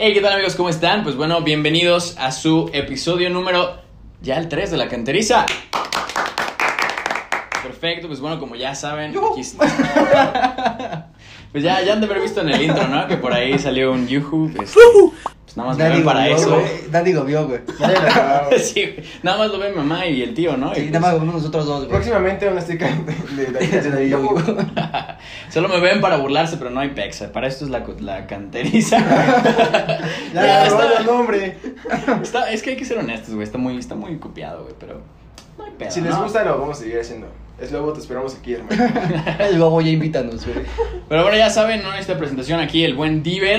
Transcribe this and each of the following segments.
Hey, ¿qué tal amigos? ¿Cómo están? Pues bueno, bienvenidos a su episodio número, ya el 3 de La Canteriza. Perfecto, pues bueno, como ya saben, aquí está. Pues ya han de haber visto en el intro, ¿no? Que por ahí salió un yuhu. Pues nada más lo ven para eso. Dani lo vio, güey. Sí, nada más lo ven mamá y el tío, ¿no? Sí, y nada más lo vemos nosotros dos, güey. Próximamente una sticker de Yuhu. Solo me ven para burlarse, pero no hay pexa. Para esto es la canteriza. Ya, robando el nombre. Es que hay que ser honestos, güey. Está muy copiado, güey, pero no hay pedo. Si les gusta, lo vamos a seguir haciendo. Es luego te esperamos aquí, hermano. Luego ya invítanos, güey. Pero bueno, ya saben, ¿no? En esta presentación aquí el buen Diver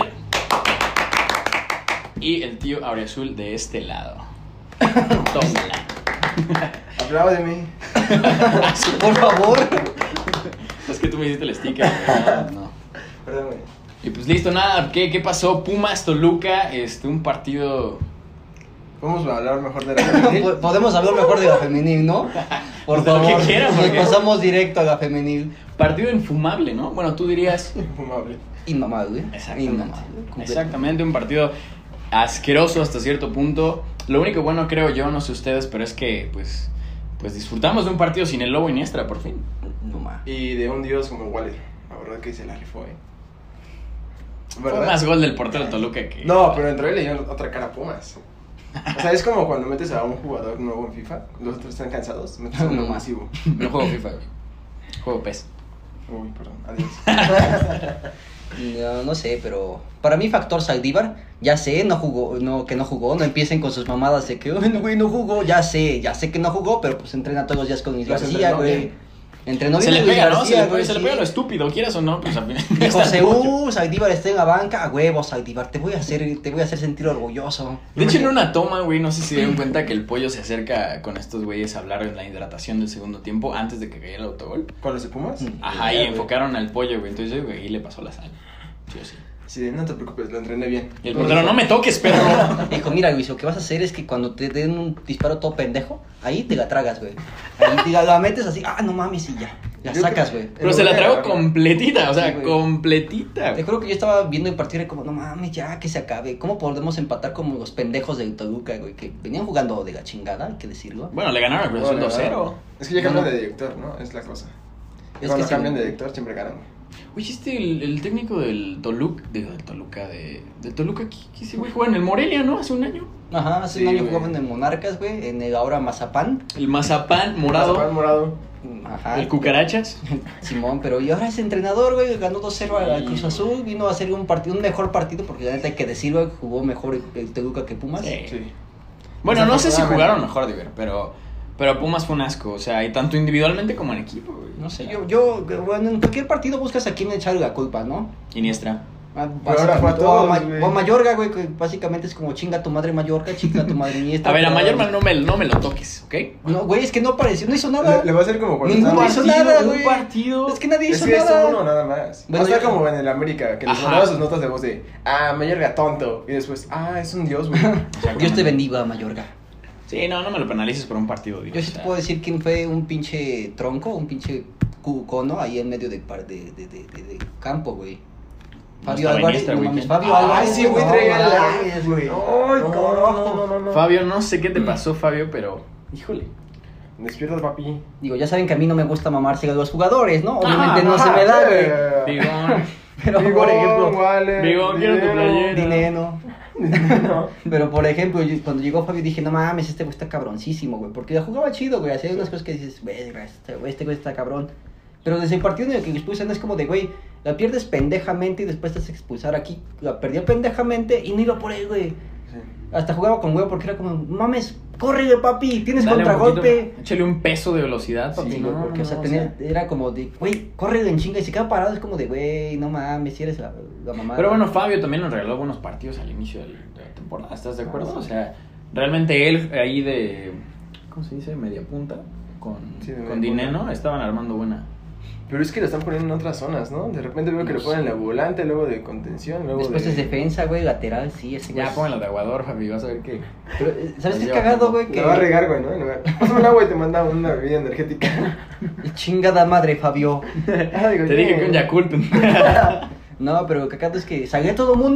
y el tío Aureazul de este lado. Tómala. Apláudeme. Por favor. Es que tú me hiciste el sticker. No. Perdón, güey. Y pues listo, nada. ¿Qué pasó? Pumas Toluca, un partido. Vamos a hablar mejor de la femenil. Podemos hablar mejor de la femenil, ¿no? Por De lo que favor. quieran, Nos porque- pasamos directo a la femenil. Partido infumable, ¿no? Bueno, tú dirías. Infumable. Inmamable. Exactamente. Inmamable. Exactamente, un partido asqueroso hasta cierto punto. Lo único bueno, creo yo, no sé ustedes, pero es que pues disfrutamos de un partido sin el Lobo Iniestra, por fin. No más. Y de un dios como Waller. La verdad que se la rifó, Fue más gol del portero de Toluca que... No, pero entró y le dio otra cara a Pumas. O sea, es como cuando metes a un jugador nuevo en FIFA, los otros están cansados, metes a uno No. masivo. No juego FIFA, güey. Juego PES. Uy, perdón, adiós. No sé, pero para mí factor Saldívar, ya sé, no jugó, no empiecen con sus mamadas de que, "Ay, no, güey, no jugó", ya sé que no jugó, pero pues entrena todos los días con Luis Los García, entrenó güey. bien. Entrenó Se bien le Luis pega, ¿no? García, güey, Se le sí. pega lo estúpido, quieras o no, pues al final... Dijo está el pollo. Seúl, Saldívar está en la banca, a huevo, Saldívar, te voy a hacer sentir orgulloso. De hecho, en una toma, güey, no sé si se dieron cuenta que el pollo se acerca con estos güeyes a hablar en la hidratación del segundo tiempo antes de que cayera el autogol. ¿Con los de Pumas? Ajá, y Ya, güey. enfocaron al pollo, güey. Entonces, güey, ahí le pasó la sal. Sí o sí. Sí, no te preocupes, lo entrené bien. Y el portero, no me toques, perro. Dijo, mira, Luis, lo que vas a hacer es que cuando te den un disparo todo pendejo, ahí te la tragas, güey. Ahí la metes así, no mames, y ya. La Yo sacas, creo- güey. Pero se la tragó Claro. completita, o sea, Sí, güey. completita. Te juro que yo estaba viendo el partido y era como, no mames, ya que se acabe. ¿Cómo podemos empatar como los pendejos del Toluca, güey? Que venían jugando de la chingada, hay que decirlo. Bueno, le ganaron al Cruz Azul 2-0. Es que ya cambian de director, ¿no? Es la cosa. Es Cuando que cambian sí. de director siempre ganan. Oye, el técnico del Toluca, del Toluca, que ese güey jugaba en el Morelia, ¿no? Hace un año. Ajá, hace Sí, un año güey. jugaban en Monarcas, güey, en el ahora Mazapán. El Mazapán morado, Mazapán morado. Ajá. el Cucarachas. Simón, pero y ahora es entrenador, güey, ganó 2-0 al Cruz Azul, vino a hacer un mejor partido, porque la neta hay que decirlo, güey, jugó mejor el Toluca que Pumas. Sí. Sí. Bueno, no sé si Desafortunadamente. jugaron mejor, Diver, pero Pumas fue un asco, o sea, y tanto individualmente como en equipo, güey. No sé, bueno, en cualquier partido buscas a quién echarle la culpa, ¿no? Iniestra. Pero ahora fue a todos, güey. O a Mayorga, güey, que básicamente es como chinga tu madre Mayorga, chinga tu madre Iniesta. A ver, a pero- Mayorman no me lo toques, ¿ok? No, güey, es que no apareció, no hizo nada. Le va a hacer como cuando Ninguno estaba- hizo nada, un güey. partido. Es que nadie Es hizo que es nada. uno nada más. Bueno, Va a estar yo- como en el América, que les Ajá. mandaba sus notas de voz de Mayorga tonto. Y después, es un dios, güey. Dios te bendiga, Mayorga. Sí, no me lo penalices por un partido, digo. Yo sí o te sea. puedo decir quién fue un pinche tronco, un pinche cono ahí en medio de campo, güey. Fabio estaba Álvarez, Iniesta, no güey, mames, ¿qué? Fabio Álvarez. sí, güey, no traía mames, el güey. Ay, carajo. No. Fabio, no sé qué te pasó, Fabio, pero híjole. Despierta, papi. Digo, ya saben que a mí no me gusta mamarse a los jugadores, ¿no? Obviamente no se me da, güey. Bigón, Pero por ejemplo, Bigón, quiero tu playera. dinero. No. Pero por ejemplo, cuando llegó Fabio dije, no mames, este güey está cabroncísimo, güey. Porque la jugaba chido, güey. Hacía unas cosas que dices, verga, este güey está cabrón. Pero desde el partido en el que lo expulsan es como de, güey, la pierdes pendejamente y después te haces expulsar aquí. La perdió pendejamente y no iba por él, güey. Sí. Hasta jugaba con güey porque era como, mames, córrele, papi, tienes dale un contragolpe. poquito, échale un peso de velocidad, papi. Sí, no, güey, porque, no, o sea, no, era como de, güey, córrele en chinga y se queda parado. Es como de, güey, no mames, si eres la mamá. Pero bueno, Fabio también nos regaló buenos partidos al inicio de la temporada, ¿estás de acuerdo? O sea, realmente él ahí de, ¿cómo se dice? Media punta, Sí, de media con Dineno, estaban armando buena. Pero es que lo están poniendo en otras zonas, ¿no? De repente veo que No le ponen sé. la volante, luego de contención, luego Después de... es defensa, güey, lateral, sí, ese güey. Ya pónganlo de aguador, Fabio, vas a ver que... Pero, ¿sabes qué es Lleva cagado, tiempo. güey? Le Que va a regar, güey, ¿no? Pásame un agua y te manda una bebida energética. chingada madre, Fabio. Digo, Te dije que un Yakult. No, pero cagado es que salía todo mundo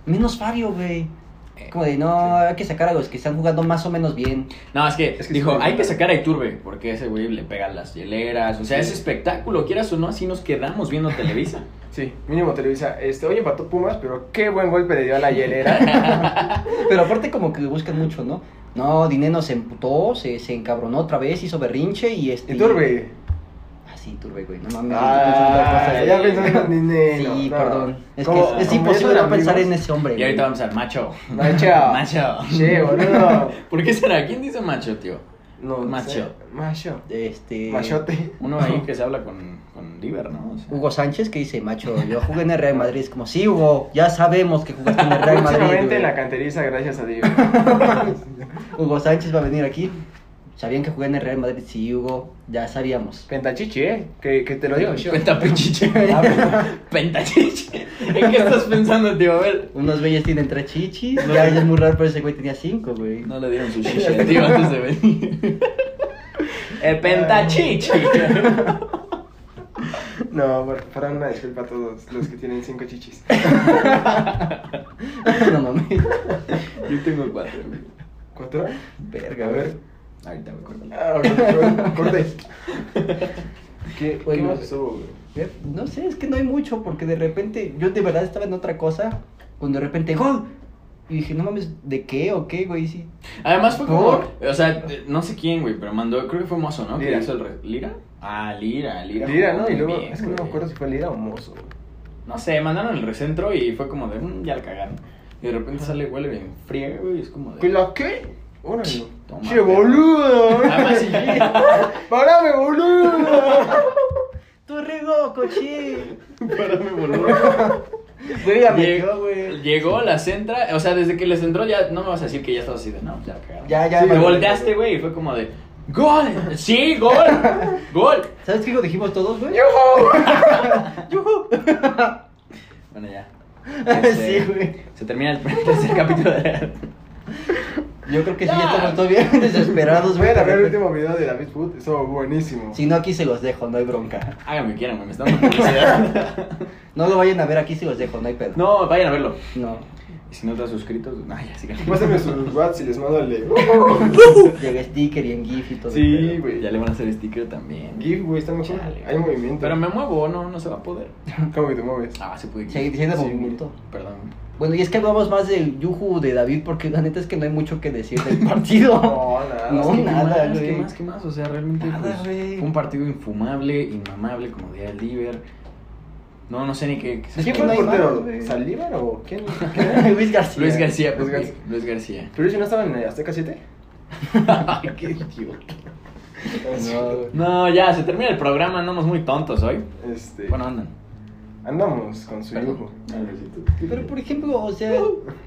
Menos Fabio, güey. Como de, no, hay que sacar a los que están jugando más o menos bien. No, es que Es que dijo, sí, hay que sacar a Iturbe, porque ese güey le pega las hieleras. O sea, es espectáculo, quieras o no, así nos quedamos viendo Televisa. Sí, mínimo Televisa. Hoy empató Pumas, pero qué buen golpe le dio a la hielera. Pero aparte como que buscan mucho, ¿no? No, Dineno se emputó, se encabronó otra vez, hizo berrinche y Iturbe. Ah, sí, Iturbe, güey, no mames. Ya pensando en dinero. Sí, No. perdón. Es Como- que es como imposible esos no pensar amigos. en ese hombre. Y ahorita güey. vamos al macho. Macho. Macho. Che, boludo. ¿Por qué será? ¿Quién dice macho, tío? No, Macho. sé. Macho. Machote. Uno ahí que se habla con Diver, ¿no? O sea, Hugo Sánchez que dice, macho, yo jugué en el Real Madrid. Es como, sí, Hugo, ya sabemos que jugaste en el Real Madrid. Próximamente güey". en la canteriza, gracias a Dios. Hugo Sánchez va a venir aquí. ¿Sabían que jugué en el Real Madrid? Sí, Hugo, ya sabíamos. Pentachichi, que te lo digo yo. Pentapichiche. Pentachiche. ¿En qué estás pensando, tío? A ver. Unos güeyes tienen 3 chichis. Ya es muy raro, pero ese güey tenía 5, güey. No le dieron su chiche, tío, antes de venir. El pentachiche. No, para una disculpa a todos los que tienen 5 chichis. No mames. Yo tengo 4. ¿4? Verga, A ver. Ahorita me acuerdo. Corte. ¿Qué Bueno. más estuvo, güey? No sé, es que no hay mucho, porque de repente, yo de verdad estaba en otra cosa, cuando de repente, ¡gol! Y dije, no mames, ¿de qué o qué, güey? Sí. Además fue como, ¿Por? o sea, no sé quién, güey, pero mandó, creo que fue Mozo, ¿no? Lira. Que hizo el ¿Lira? Ah, Lira. Lira, jugó ¿no? Y muy luego, bien, es que no me güey. acuerdo si fue Lira o Mozo, güey. No sé, mandaron el recentro y fue como de, ya la cagaron. Y de repente sale Weller en friega, güey, y es como de... ¿Qué la qué? Órale. Toma, ¡Che, perro. boludo! Además, sí. ¡Párame, boludo! ¡Tú rigo, coche! Párame, boludo. Güey, ya metió, güey. Llegó, la centra, o sea, desde que les entró ya, no me vas a decir que ya estabas así de, no, ya la cagaron. Ya, Sí, Te me volteaste, güey, y fue como de, ¡gol! ¡Sí, gol! ¡Gol! ¿Sabes qué dijimos todos, güey? ¡Yujú! Bueno, ya. Sí, güey. Se termina el tercer capítulo de... Yo creo que sí, Ya. ya estamos todavía desesperados, güey. Vayan a ver el último video de David Food, estuvo buenísimo. Si no, aquí se los dejo, no hay bronca. Hagan lo que quieran, güey, me están dando publicidad. No lo vayan a ver, aquí se los dejo, no hay pedo. No, vayan a verlo. No. Y si no estás suscrito, ay, ya sigan. Pásenme sus WhatsApp y les mando el de Llega sticker y en GIF y todo. Sí, el pedo. güey. Ya le van a hacer sticker también. GIF, güey, está mejor. Chale. Hay movimiento. Pero me muevo, no se va a poder. ¿Cómo que te mueves? Ah, se puede. Sí, tiene Sí, movimiento. Perdón. Bueno, y es que hablamos más del Yuju de David porque la neta es que no hay mucho que decir del partido. No, nada. No, Es que, nada, ¿qué güey. más? ¿Qué más? O sea, realmente Nada, pues, güey. fue un partido infumable, inmamable, como diría el Diver. No sé ni qué. Es ¿Quién que fue no el hay portero? más, güey. ¿Saldívar o quién? Luis García. Luis García, Luis papi. García. Luis García. ¿Pero si no estaba en el Azteca 7? Ay, qué idiota. No, güey. No, ya, se termina el programa, andamos muy tontos hoy. Bueno, Bueno, andan. andamos con su Perdón. lujo. Pero por ejemplo, o sea.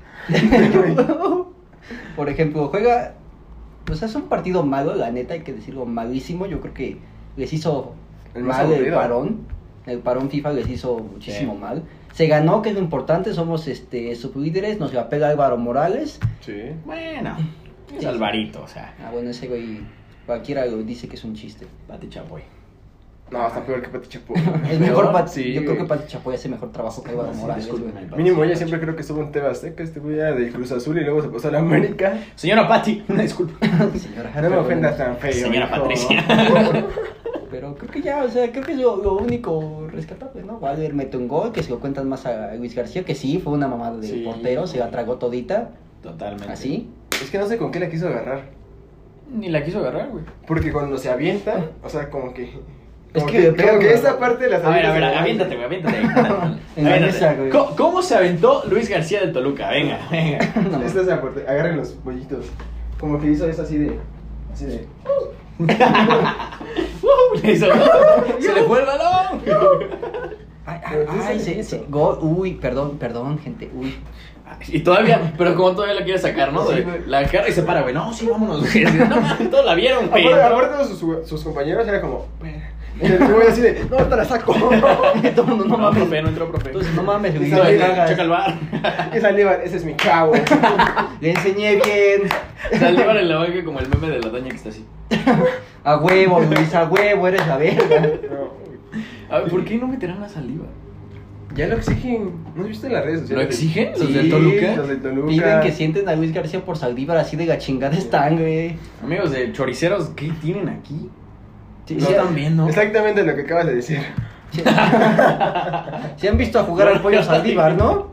Por ejemplo, juega. O sea, es un partido malo, la neta, hay que decirlo, malísimo. Yo creo que les hizo El más mal el aburrido. parón. El parón FIFA les hizo muchísimo Sí. mal. Se ganó, que es lo importante, somos sublíderes, nos la pega Álvaro Morales. Sí. Bueno, es Sí. Alvarito, o sea, Ah, bueno, ese güey, cualquiera lo dice que es un chiste. Pati Chapoy. No, está peor que Pati Chapoy. El mejor Sí, yo creo que güey. Pati Chapoy hace mejor trabajo que Álvaro Sí, Morales, discúlpeme, güey. Pati. Mínimo ella siempre creo que estuvo en TV Azteca, este güey era del Cruz Azul y luego se pasó a la América. Señora Pati, una disculpa. Señora, No me ofendas tan feo. Señora hijo. Patricia. Pero creo que ya, o sea, creo que es lo único rescatable, ¿no? Valver mete un gol, que se lo cuentan más a Luis García, que sí, fue una mamada de Sí. portero, se la tragó todita, Totalmente. así. Es que no sé con qué la quiso agarrar. Ni la quiso agarrar, güey. Porque cuando se avienta, o sea, como que. Es Como que que, de como que perro. esa parte de las A ver, avientas- aviéntate, güey, aviéntate. En la mesa, güey. ¿Cómo se aventó Luis García del Toluca? Venga, venga. No, Esta es la parte, agarren los pollitos. Como que hizo eso así de. Así de. Le hizo- Se le fue el balón. gol, uy, perdón, gente, uy. Y todavía, pero como todavía lo quiere sacar, ¿no? Sí, güey. La cara y se para, güey. No, sí, vámonos. Güey. No mames, todos la vieron, güey. Aparte sus compañeros era como. Y el güey así de. No, ahorita la saco. Todo el mundo, no No, mames. profe, no entró, profe. Entonces, no mames, güey, Y no sale- le cagas. Checa el bar. Y Saldívar, ese es mi chavo. Le enseñé bien. Saldívar en la banca como el meme de la doña que está así. A huevo, Luis, a huevo, eres la verga. No, A ver, ¿por qué no meterán a Saldívar? Ya lo exigen. ¿No has visto en las redes sociales? ¿Lo exigen? ¿Los Sí, del Toluca? Los del Toluca. Piden que sienten a Luis García por Saldívar así de gachingada están, güey. Amigos de choriceros, ¿qué tienen aquí? Sí, ¿No sí, están viendo? Exactamente lo que acabas de decir. sí. Sí han visto a jugar al pollo Saldívar, ¿no?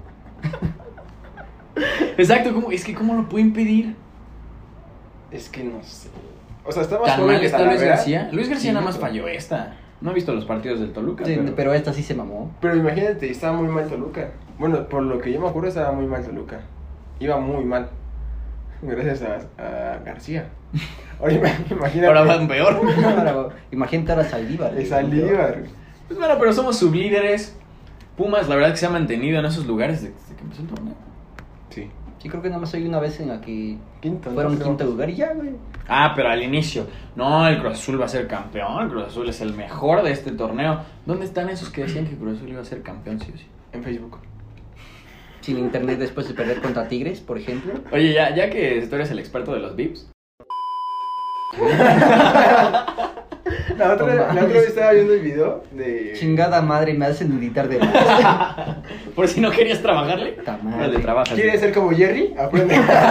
Exacto, ¿cómo lo pueden pedir? Es que no sé. O sea, está más ¿Tan joven mal que está Luis Talavera. García? Luis García Sí, nada más pero- falló esta. No he visto los partidos del Toluca, Sí, pero... pero esta sí se mamó. Pero imagínate, estaba muy mal Toluca. Bueno, por lo que yo me acuerdo, estaba muy mal Toluca. Iba muy mal. Gracias a García. Ahora imagínate. Ahora van peor. Ahora, imagínate ahora Saldívar. Es Saldívar. Pues bueno, pero somos sublíderes. Pumas, la verdad que se ha mantenido en esos lugares desde que empezó el torneo. Sí. Sí, creo que nada más hay una vez en la que Quinto. fueron ¿no? quinto lugar y ya, güey. Ah, pero al inicio. No, el Cruz Azul va a ser campeón. El Cruz Azul es el mejor de este torneo. ¿Dónde están esos que decían que Cruz Azul iba a ser campeón, sí o sí? En Facebook. Sin internet después de perder contra Tigres, por ejemplo. Oye, ya que tú eres el experto de los VIPs. La otra vez estaba viendo el video de. Chingada madre, me hacen editar de más. Por si no querías trabajarle. Puta madre. Vale, trabajas. ¿Quieres ser como Jerry? Aprende.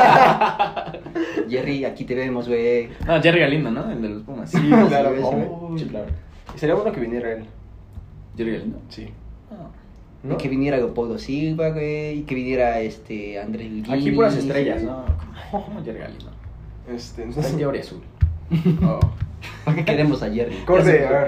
Jerry, aquí te vemos, güey. No, Jerry Galindo, ¿no? El de los Pumas. Sí, claro. Sí, Oh, Sí, claro. Sería bueno que viniera él. Jerry Galindo. Sí. Ah. Y ¿No? que viniera Leopoldo Silva, güey. Y que viniera Andrés Liguini. Aquí puras estrellas, ¿no? Como Jerry Galindo. No Está sé. en Teoría Azul. Oh. ¿Para qué queremos a Jerry? Corte, a ver.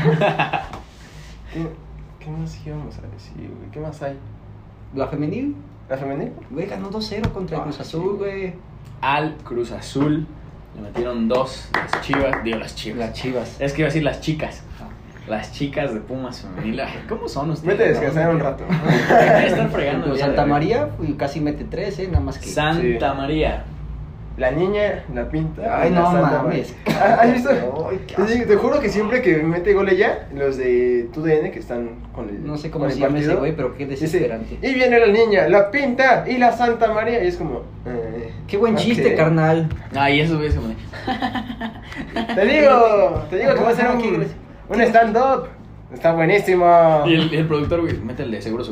¿Qué más íbamos a decir, güey? ¿Qué más hay? La femenil, ¿La femenil? güey, ganó 2-0 contra el Cruz Ah, Azul, sí, güey. Al Cruz Azul le metieron 2 las Chivas. Digo, las Chivas. Las Chivas. Es que iba a decir las chicas. Ah. Las chicas de Pumas femenil. Ay, ¿cómo son ustedes? Vete a descansar un rato. Están fregando. el Con día de Santa hoy. María casi mete 3, nada más que. Santa Sí. María. La niña la pinta. Ay, la no Santa mames. María. ¿Has visto? Ay, qué Te juro que siempre que mete gol ella, los de TUDN que están con el. No sé cómo con se el llama ese partido, güey, pero qué dice, desesperante. y viene la niña, la pinta y la Santa María. Y es como. Qué buen ok. chiste, carnal. Ay, eso es como de... Te digo que va a ser Ajá, ¿qué un stand-up. Está buenísimo. Y el productor, güey, mete el de seguro.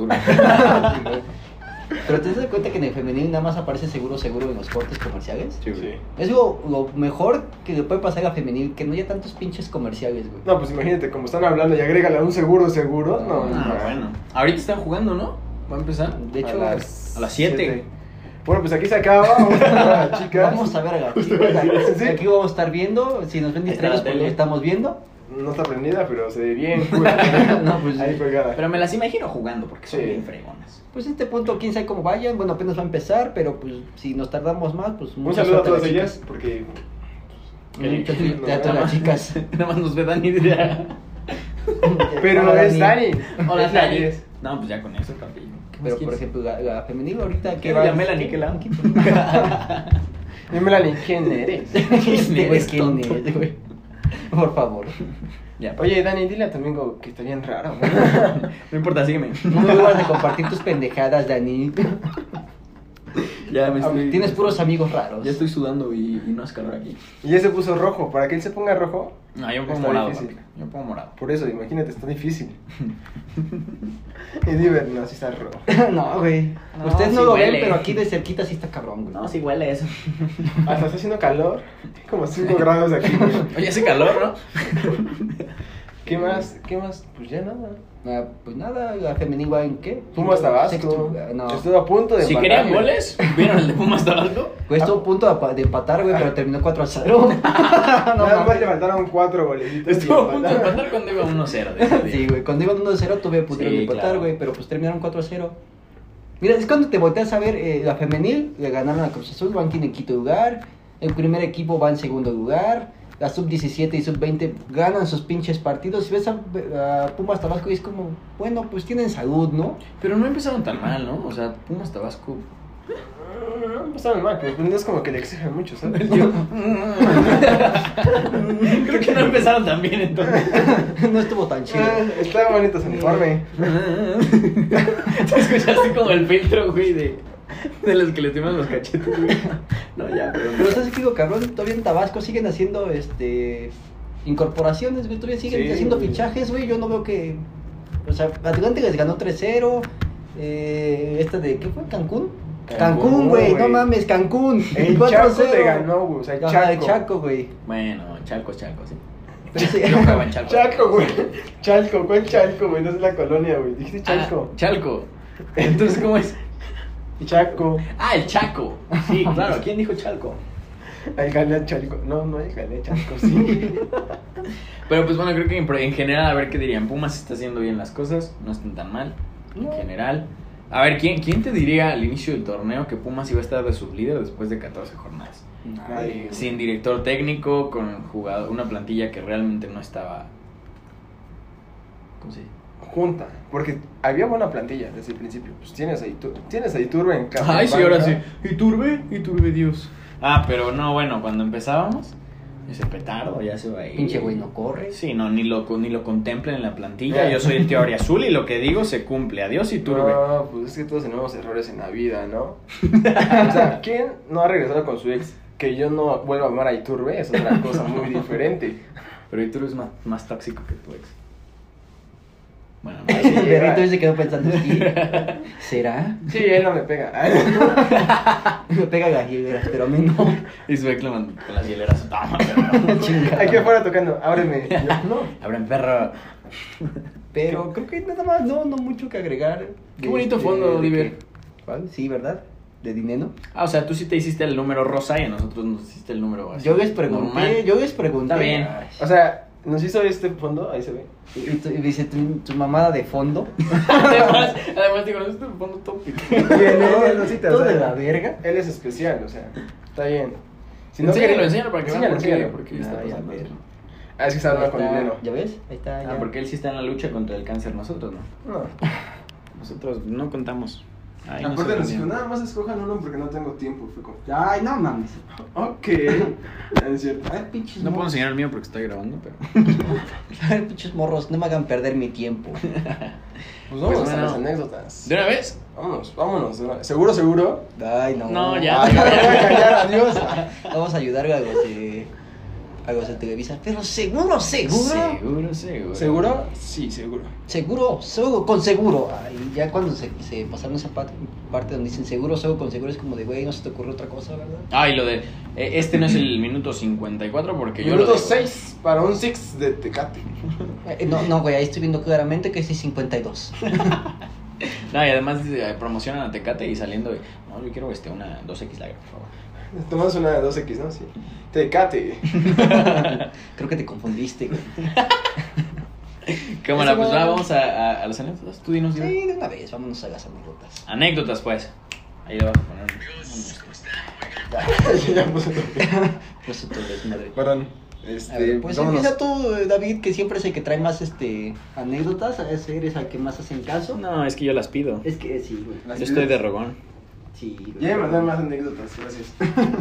Pero te das cuenta que en el femenil nada más aparece seguro en los cortes comerciales. Sí, Sí. Es lo mejor que le puede pasar a femenil, que no haya tantos pinches comerciales, güey. No, pues imagínate, como están hablando y agrégale a un seguro, no. Ah, bueno. Ahorita están jugando, ¿no? Va a empezar. De hecho, a las 7. 7. Bueno, pues aquí se acaba. Vamos a ver a las chicas. vamos a ver a la chica. Sí. Aquí vamos a estar viendo. Si nos ven Ahí está la distraídos, pues tele. lo estamos viendo. No está prendida, pero se ve bien. No, pues, Ahí pegada. Pero me las imagino jugando porque son Sí. bien fregonas. Pues este punto, quién sabe cómo vayan. Bueno, apenas va a empezar, pero pues si nos tardamos más, pues Un mucha saludo a suerte todas las ellas, chicas. porque. A todas las chicas. Nada más nos ve Dani. Pero Hola, es Dani. Hola, Es Dani. es. No, pues ya con eso también. ¿Qué más Pero por quieres? ejemplo, la femenil ahorita ¿Qué va? la Melanie que la Dime, Melanie, ¿quién eres? Este güey, Es ¿quién tonto. es, güey? Por favor. Ya, Oye, Dani, dile a tu amigo que está bien raro. no importa, sígueme. No me vuelvas a compartir tus pendejadas, Dani. Ya me estoy... Tienes puros amigos raros. Ya estoy sudando y no hace calor aquí. Y ya se puso rojo. Para que él se ponga rojo, No, yo me pongo Está morado, difícil. papi. Yo me pongo morado. por eso, imagínate, está difícil. Y Diver, no, sí está rojo. No, güey. No, Ustedes no sí lo huele. ven, pero aquí de cerquita sí está cabrón, güey. No, sí huele eso. Hasta está haciendo calor. Como 5 grados aquí, güey. Oye, hace calor, ¿no? ¿Qué más? ¿Qué más? Pues ya nada. Ah, pues nada, la femenil va en qué? Pumas Tabasco. Sexto, no. Estuvo a punto de Si empatar, querían güey. goles, ¿vieron el de Pumas Tabasco? Pues estuvo a punto de empatar, güey, pero terminó 4-0. No Nada más mames. le faltaron 4 golecitos. Estuvo a y punto de empataron. empatar cuando iba 1-0. de ese día. Sí, güey, cuando iban 1-0 pudieron Sí, empatar, claro. güey, pero pues terminaron 4-0. Mira, es cuando te volteas a ver la femenil, le ganaron a Cruz Azul, van en quinto lugar, el primer equipo va en segundo lugar, la sub-17 y sub-20 ganan sus pinches partidos, y ves a Pumas Tabasco y es como, bueno, pues tienen salud, ¿no? Pero no empezaron tan mal, ¿no? O sea, Pumas Tabasco. No empezaron mal, pero no es como que le exigen mucho, ¿sabes? Creo que no empezaron tan bien entonces. No estuvo tan chido. Está bonito su uniforme. Te escuchaste como el filtro, güey, de los que le timan los cachetes, güey. No, ya, pero. Pero sabes que digo, cabrón, todavía en Tabasco siguen haciendo incorporaciones, güey, todavía siguen Sí, haciendo güey. fichajes, güey, yo no veo que O sea, Atlante les ganó 3-0. Esta de, ¿qué fue? ¿Cancún? Cancún, Cancún, güey, no güey. mames, Cancún. El 4-0. Chaco le ganó, güey. O sea, Ajá, el Chaco. Chaco, güey. Bueno, Chalco, sí. Pero sí. Yo jugaba en Chalco. Chalco, güey. Chalco, ¿cuál Chalco, güey? No es la colonia, güey. Dijiste Chalco. Ah, Chalco. Entonces, ¿cómo es? Chaco. Ah, el Chaco. Sí, claro. ¿Quién dijo Chalco? Ahí gané a Chalco. No, ahí gané a Chalco, sí. Pero pues bueno, creo que en general, a ver qué dirían. Pumas está haciendo bien las cosas, no están tan mal. En general. A ver, ¿quién te diría al inicio del torneo que Pumas iba a estar de sublíder después de 14 jornadas? Nadie. Sin director técnico, con jugador, una plantilla que realmente no estaba... ¿Cómo se dice? Junta. Porque había buena plantilla desde el principio. Pues tienes a Iturbe en casa. Ay, sí, ahora sí. Iturbe Dios. Ah, pero no, bueno, cuando empezábamos, ese petardo ya se va a ir. Pinche güey no corre. Sí, no, ni lo contemplen en la plantilla. Yo soy el tío Azul y lo que digo se cumple. Adiós, Iturbe. No, pues es que todos tenemos errores en la vida, ¿no? O sea, ¿quién no ha regresado con su ex? Que yo no vuelva a amar a Iturbe es otra cosa muy diferente. Pero Iturbe es más tóxico que tu ex. Bueno, no. El perrito se quedó pensando, ¿sí? ¿Será? Sí, él no me pega. Me pega galleras, pero a mí no. Y su ex le mandó con las hieleras. Toma, perro. Chingada. Aquí afuera tocando, ábreme. Yo, no. Abren perro. Pero creo que nada más, no mucho que agregar. Qué bonito fondo, Oliver. ¿Cuál? Sí, ¿verdad? De dinero. Ah, o sea, tú sí te hiciste el número rosa y a nosotros nos hiciste el número así. Yo les pregunté, Está bien. Ay. O sea, nos hizo este fondo, ahí se ve. Y dice tu mamada de fondo. además digo, no es el fondo tópico. No, sí te, Todo o sea, de la verga. Él es especial, o sea, está bien. Si Enséñalo para que vean enséñalo. por qué está Ay, a pasando ver. eso. Ah, es que está Ahí hablando con está. dinero. ¿Ya ves? Ahí está. Ah, Ya. porque él sí está en la lucha contra el cáncer, nosotros no. No. Nosotros no contamos. Ay, no Aparte sé nos qué dijo, bien. nada más escojan uno porque no tengo tiempo. Fue como, Ay, no mames. ok. Es cierto. Ay, pinches No puedo morros. enseñar el mío porque estoy grabando, pero... Ay, pinches morros, no me hagan perder mi tiempo. Pues vamos Pues a bueno. las anécdotas. ¿De una vez? Vámonos. de una- ¿Seguro? Ay, no. No, ya. Ay, no, ya, adiós. Vamos a ayudar a los de Televisa. Pero seguro. Seguro. ¿Seguro? Sí, seguro. Seguro, con seguro. Ay, ya cuando se pasaron esa parte donde dicen seguro, con seguro, es como de, güey, no se te ocurre otra cosa, ¿verdad? Ah, y lo de... este no es el minuto 54 porque yo lo Minuto digo. 6 para un 6 de Tecate. No, güey, ahí estoy viendo claramente que es 52. No, y además promocionan a Tecate y saliendo de... No, yo quiero una 2X larga, por favor. Tomamos una 2X, ¿no? Sí. Tecate. Creo que te confundiste, güey. Cámara, Eso pues va. vamos a las anécdotas. Tú dinos, yo. Sí, de una vez, vámonos a las anécdotas. Anécdotas, pues. Ahí le vas a poner. Ya puse todo. Pues tu desmadre. Perdón. A ver, pues vámonos. empieza tú, David, que siempre es el que trae más anécdotas, eres al que más hacen caso. No, es que yo las pido. Es que sí, güey. Las Yo estoy de rogón. Sí, güey. Ya me mandaron más anécdotas, gracias.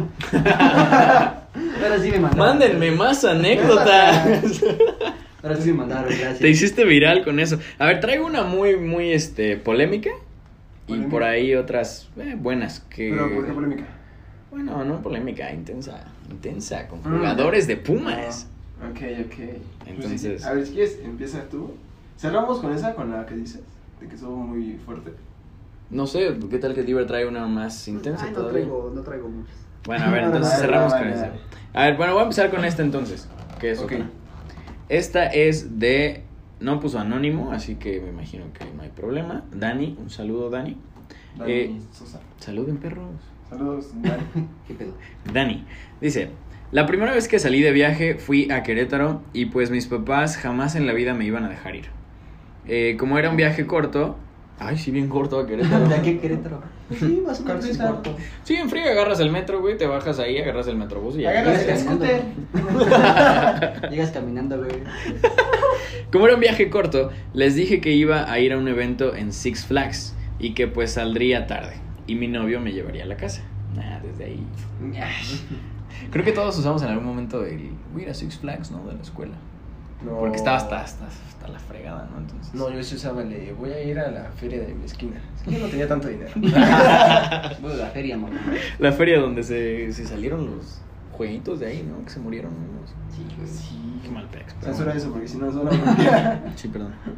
Ahora sí me mandaron. Mándenme más anécdotas. Ahora sí me mandaron, gracias. Te hiciste viral con eso. A ver, traigo una muy polémica. Y ¿Polémica? por ahí otras buenas que... Pero, ¿por qué polémica? Bueno, no polémica, intensa, con jugadores de Pumas. Ok. Entonces- Pues, a ver, si quieres, empieza tú. Cerramos con esa, con la que dices, de que soy muy fuerte. No sé, ¿qué tal que Diver trae una más intensa Ay, todavía? no traigo muchas. Bueno, a ver, No, no, entonces no, cerramos no, con no, esta. no. A ver, bueno, voy a empezar con esta entonces, que es Ok. otra. Esta es de... No puso anónimo, así que me imagino que no hay problema. Dani, un saludo, Dani. Dani Sosa. Saluden, perros. Saludos, Dani. ¿Qué pedo? Dani, dice... La primera vez que salí de viaje fui a Querétaro y pues mis papás jamás en la vida me iban a dejar ir. Como era un viaje corto... Ay, sí, bien corto a Querétaro. ¿De aquí a Querétaro? Sí, más o menos es Cortita. corto. Sí, en frío agarras el metro, güey, te bajas ahí, agarras el metrobús y ya. Agarras Llegas el caminando. scooter. Llegas caminando, güey. Como era un viaje corto, les dije que iba a ir a un evento en Six Flags y que pues saldría tarde y mi novio me llevaría a la casa. Desde ahí. Creo que todos usamos en algún momento el voy a ir a Six Flags, ¿no? De la escuela. No. Porque estaba hasta la fregada, ¿no? Entonces. No, yo sí usaba el de voy a ir a la feria de mi esquina. Es que yo no tenía tanto dinero. Bueno, la feria, mamá. La feria donde se salieron los jueguitos de ahí, ¿no? Que se murieron unos. Sí, güey. Sí. Qué mal pex. pero Censura bueno. eso porque si no suena porque... Sí, perdón.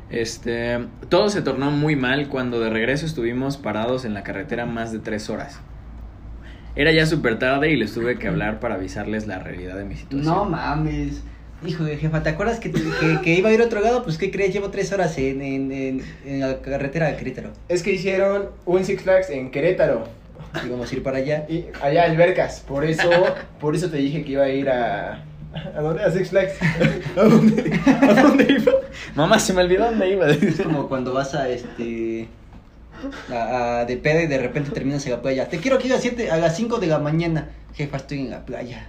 Todo se tornó muy mal cuando de regreso estuvimos parados en la carretera más de 3 horas. Era ya súper tarde y les tuve que hablar para avisarles la realidad de mi situación. No mames. Hijo de jefa, ¿te acuerdas que iba a ir a otro lado? Pues, ¿qué crees? Llevo 3 horas en la carretera de Querétaro. Es que hicieron un Six Flags en Querétaro. Íbamos a ir para allá. Y allá albercas. Por eso te dije que iba a ir a... ¿A dónde? A Six Flags. ¿A dónde iba? Mamá, se me olvidó dónde iba. Es como cuando vas a de peda y de repente terminas en la playa. Te quiero que ir a las 5 de la mañana. Jefa, estoy en la playa.